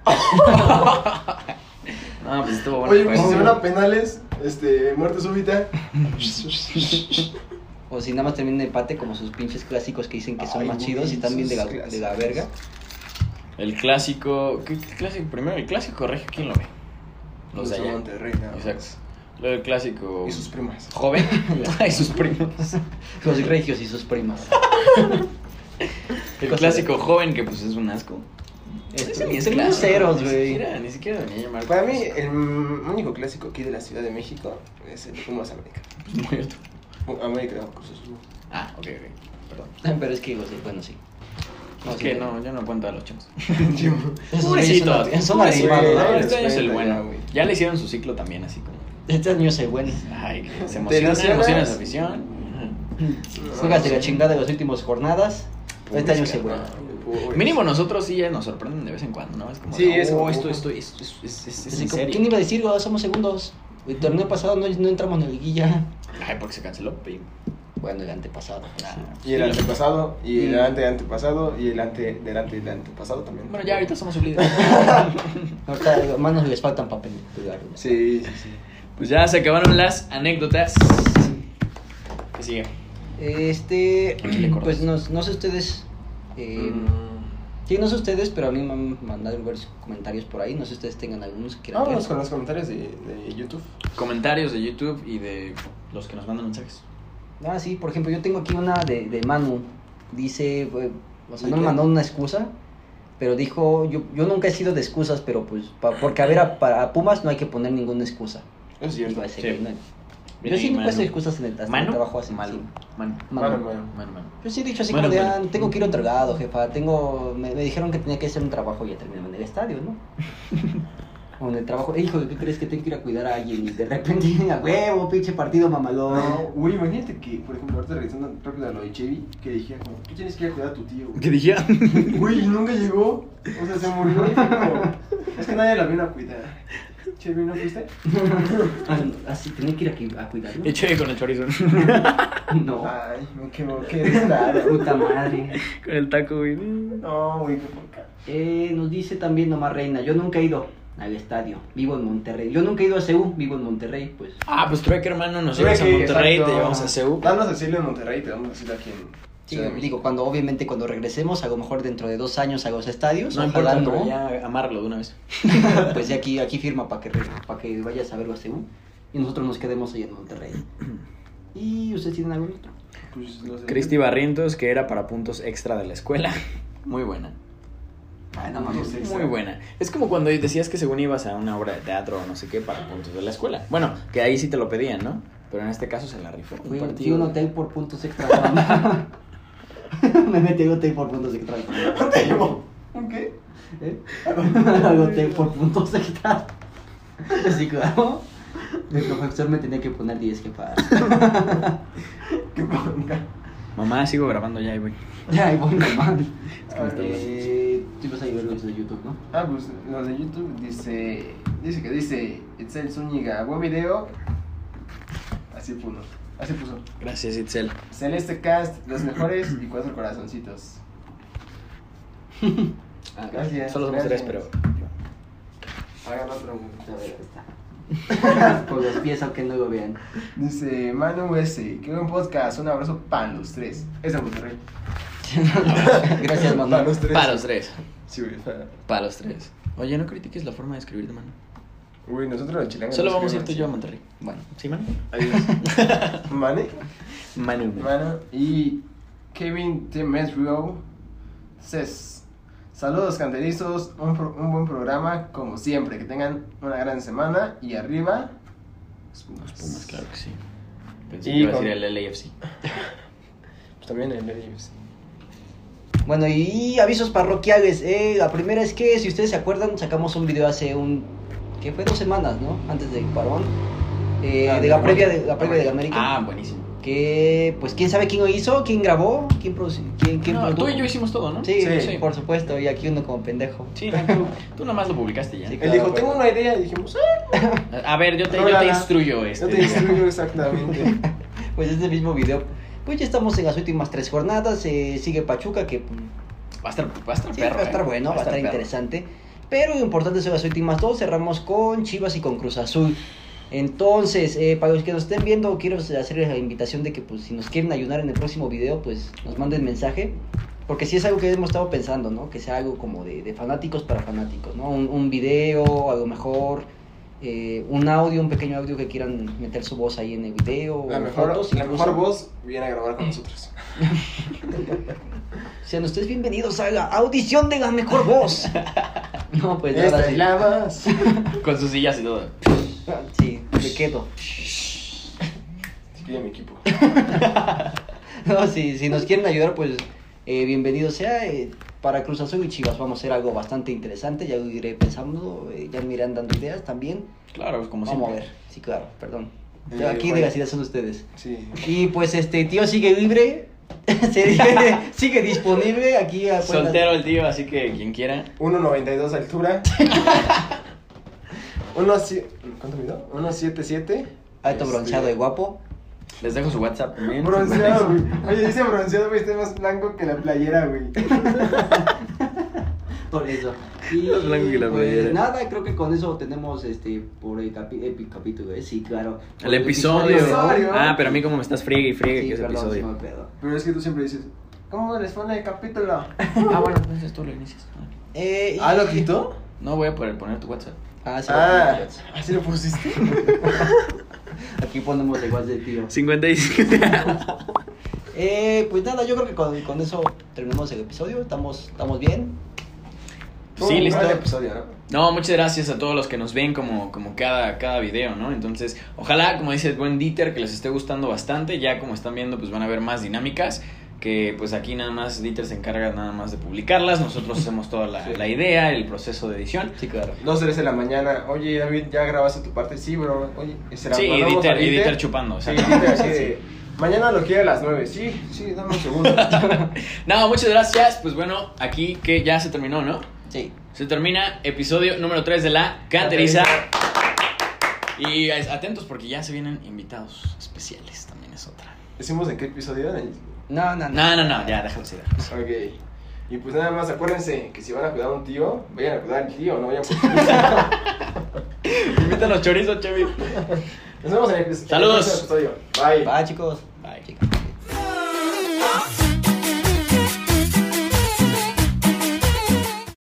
No, pues estuvo bueno. Oye, pues, pues si se sí. van a penales, muerte súbita. O si nada más termina en empate, como sus pinches clásicos que dicen que son Ay, más güey, chidos y están bien de la esos verga. El clásico... ¿Qué clásico primero? El clásico regio, ¿quién lo ve? Los de allá. Monterrey, ¿no? Exacto. Lo del clásico... Y sus primas. Joven. Y sus primos. Los regios y sus primas. El Cosa clásico joven que pues es un asco. Ese ni es Tenemos clásico, ceros, ni güey. siquiera venía a llamar. Para mí, el único clásico aquí de la Ciudad de México es el Pumas América. Muy alto. América, no, Cruz Azul. Ah, ok. Perdón. Pero es que, pues, bueno, sí. Es que no, yo no cuento a los chamos. Esos Pobrecito. güeyes son pobrecito, animados, güey. ¿no? Este año es el Ya, bueno. güey. Ya le hicieron su ciclo también, así como. Este año es el bueno. Ay, se ¿Te emociona ilusionas? esa afición. Juegas de la chingada de las últimas jornadas. Este año es el bueno. Mínimo nosotros sí ya nos sorprenden de vez en cuando, ¿no? Es como, Sí, es oh, como- esto es en Así como, serio. ¿quién iba a decir? Oh, somos segundos. El torneo pasado no entramos en la liguilla. Ay, porque se canceló, pero... Bueno, el antepasado. Ah, Y el sí, antepasado, y el antepasado, y el del antepasado también. Bueno, ya ahorita somos líderes. Ahorita manos les faltan para pegar. Sí, sí, sí. Pues ya se acabaron las anécdotas. ¿Qué sigue? Pues cortas. no sé ustedes. Sí, no sé ustedes, pero a mí me han mandado varios comentarios por ahí. No sé si ustedes tengan algunos que quieran Vámonos ver. con los comentarios de YouTube. Comentarios de YouTube y de los que nos mandan mensajes. Ah, sí, por ejemplo, yo tengo aquí una de Manu. Dice, o sea, ¿De no me qué? mandó una excusa, pero dijo, yo nunca he sido de excusas, pero pues, porque a ver, para Pumas no hay que poner ninguna excusa. Es cierto. Iba a decir, Sí. ¿no? Yo sí nunca he hecho excusas en el, hasta en el ¿Mano? trabajo así. Mano. Sí. Mano. Mano. Mano. Yo sí he dicho así Bueno, como de, bueno. tengo que ir a otro lado, jefa, me dijeron que tenía que hacer un trabajo y ya terminé en el estadio, ¿no? O en el trabajo, hijo, ¿qué crees que tengo que ir a cuidar a alguien? Y de repente, a huevo, pinche partido mamalón. No, güey, imagínate que, por ejemplo, ahorita regresando rápido a lo de Chevy, que dije, como, tú tienes que ir a cuidar a tu tío, güey. ¿Qué dije? Güey, nunca llegó. O sea, se murió y fue como, es que nadie la vino a cuidar. Chevy, ¿no fuiste? Así, tenía que ir a cuidarlo. Eché con el chorizo. No, Ay, me equivoqué, raro. puta madre. Con el taco, güey. No, güey, qué poca. Nos dice también Nomás Reina, yo nunca he ido al estadio, vivo en Monterrey. Yo nunca he ido a CU, vivo en Monterrey, pues. Ah, pues trueque, hermano. Nos llevas a Monterrey, te llevamos a CEU. Danos asilo en Monterrey y te damos asilo aquí en Sí, Ciudad de México. digo, obviamente cuando regresemos, a lo mejor dentro de 2 años a los estadios, No ojalá importa, no. pero ya amarlo de una vez. Pues ya aquí firma para que vayas a verlo a CU y nosotros nos quedemos ahí en Monterrey. ¿Y ustedes tienen algún otro? Pues, no sé. Cristi Barrientos, que era para puntos extra de la escuela. Muy buena. Ay, no mames. Muy buena. Es como cuando decías que según ibas a una obra de teatro o no sé qué para puntos de la escuela. Bueno, que ahí sí te lo pedían, ¿no? Pero en este caso se la rifó. Fui a un hotel por puntos extra. Me metí a un hotel por puntos extra. ¿Un qué? Al hotel por puntos extra. Así claro. El profesor me tenía que poner 10 que para. ¿Qué ponga? Mamá, sigo grabando ya, güey. Ya, y bueno, man. Es que me está hablando. Tú ibas a ver los de YouTube, ¿no? Ah, pues los de YouTube dice Itzel Zúñiga, buen video. Así puso. Gracias, Itzel. Celeste Cast, los mejores y 4 corazoncitos. Gracias. Solo somos 3, gracias. pero... Hagan otro. A ver, ahí está. Con los pies, aunque no lo vean. Dice Manu S. Qué buen podcast. Un abrazo para los 3. Es de Monterrey. Gracias, Para Manuel. los 3. Para los 3. Sí, güey. Para los 3. Oye, no critiques la forma de escribir de mano. Güey, nosotros los chilangos. Solo nos vamos a ir tú y yo a escribimos Monterrey. Bueno, ¿sí, Manu? así. Mane. Manu. Manu. Y Kevin T. Mesrio. Cés. Saludos, canterizos. Un buen programa, como siempre. Que tengan una gran semana. Y arriba. Los Pumas, claro que sí. Pensé Y que iba a con- decir el LAFC. Pues también en ellos. Bueno, y avisos parroquiales. La primera es que, si ustedes se acuerdan, sacamos un video hace que fue 2 semanas, ¿no? Antes del parón. De la previa de la América. Ah, buenísimo. Que, pues, quién sabe quién lo hizo, quién grabó, quién produjo. ¿Quién No, produjo? tú y yo hicimos todo, ¿no? Sí, Sí. por supuesto, y aquí uno como pendejo. Sí, no, tú nomás lo publicaste ya. Sí. Él dijo, tengo una idea. Y dijimos, A ver, yo te Rólala. instruyo este. yo te instruyo exactamente. Pues este mismo video, pues ya estamos en las últimas 3 jornadas. Sigue Pachuca, que Va a estar sí, perro. va a estar bueno, va a estar perro. interesante. Pero lo importante son las últimas 2. Cerramos con Chivas y con Cruz Azul. Entonces, para los que nos estén viendo, quiero hacerles la invitación de que, pues, si nos quieren ayudar en el próximo video, pues nos manden mensaje. Porque sí es algo que hemos estado pensando, ¿no? Que sea algo como de fanáticos para fanáticos, ¿no? Un video, a lo mejor un audio, un pequeño audio que quieran meter su voz ahí en el video. La o mejor fotos, la incluso. mejor voz viene a grabar con nosotros. Sean ustedes bienvenidos a la audición de la mejor voz. No, pues Esta ahora es sí. la voz. Con sus sillas y todo. Sí, me quedo. Si quiere mi equipo. No, si nos quieren ayudar, pues bienvenido sea. Para Cruz Azul y Chivas vamos a hacer algo bastante interesante. Ya lo iré pensando, ya me irán dando ideas también. Claro, como Vamos siempre. a ver. Sí, claro, perdón. bueno. Aquí de las ideas son ustedes. Sí. Y pues tío sigue libre. Sigue disponible aquí. Soltero el tío, así que quien quiera. 1.92 de altura. ¿Cuánto midió? 1.77. Alto bronceado y guapo. Les dejo su WhatsApp también. Bronceado, güey. Oye, dice bronceado, güey, está más blanco que la playera, güey. Por eso. Y Más blanco que la pues playera. nada, creo que con eso tenemos por el capítulo, sí, claro. El episodio. episodio. Ah, pero a mí como me estás friegue y friegue Sí, que es perdón, sí episodio. me pedo. Pero es que tú siempre dices, ¿cómo les pone el capítulo? Ah, bueno, entonces tú lo inicias. ¿Lo quitó? No voy a poder poner tu WhatsApp. Sí, ¿así lo pusiste? aquí ponemos el WhatsApp de tío. 55. Pues nada, yo creo que con eso terminamos el episodio. Estamos bien. Sí, listo. El episodio, ¿no? No, muchas gracias a todos los que nos ven como cada video, ¿no? Entonces, ojalá, como dice el buen Dieter, que les esté gustando bastante. Ya como están viendo, pues van a ver más dinámicas. Que pues aquí nada más Dieter se encarga nada más de publicarlas. Nosotros hacemos toda la idea, el proceso de edición. Sí, claro. 2:03 de la mañana. Oye, David, ¿ya grabaste tu parte? Sí, bro. Oye, ¿se la Sí, y mandamos a Dieter chupando. O sea, Sí, Dieter así de, mañana lo quiere a las 9. Sí, dame un segundo. No, muchas gracias. Pues bueno, aquí que ya se terminó, ¿no? Sí. Se termina episodio número 3 de La Canteriza. Y atentos porque ya se vienen invitados especiales. También es otra. ¿Decimos en qué episodio? No. No, ya, déjalo así. Ok. Y pues nada más, acuérdense que si van a cuidar a un tío, vayan a cuidar al tío, no vayan por Invítanos chorizo, Chevy. Nos vemos en el Saludos. próximo episodio. Bye. Va, chicos.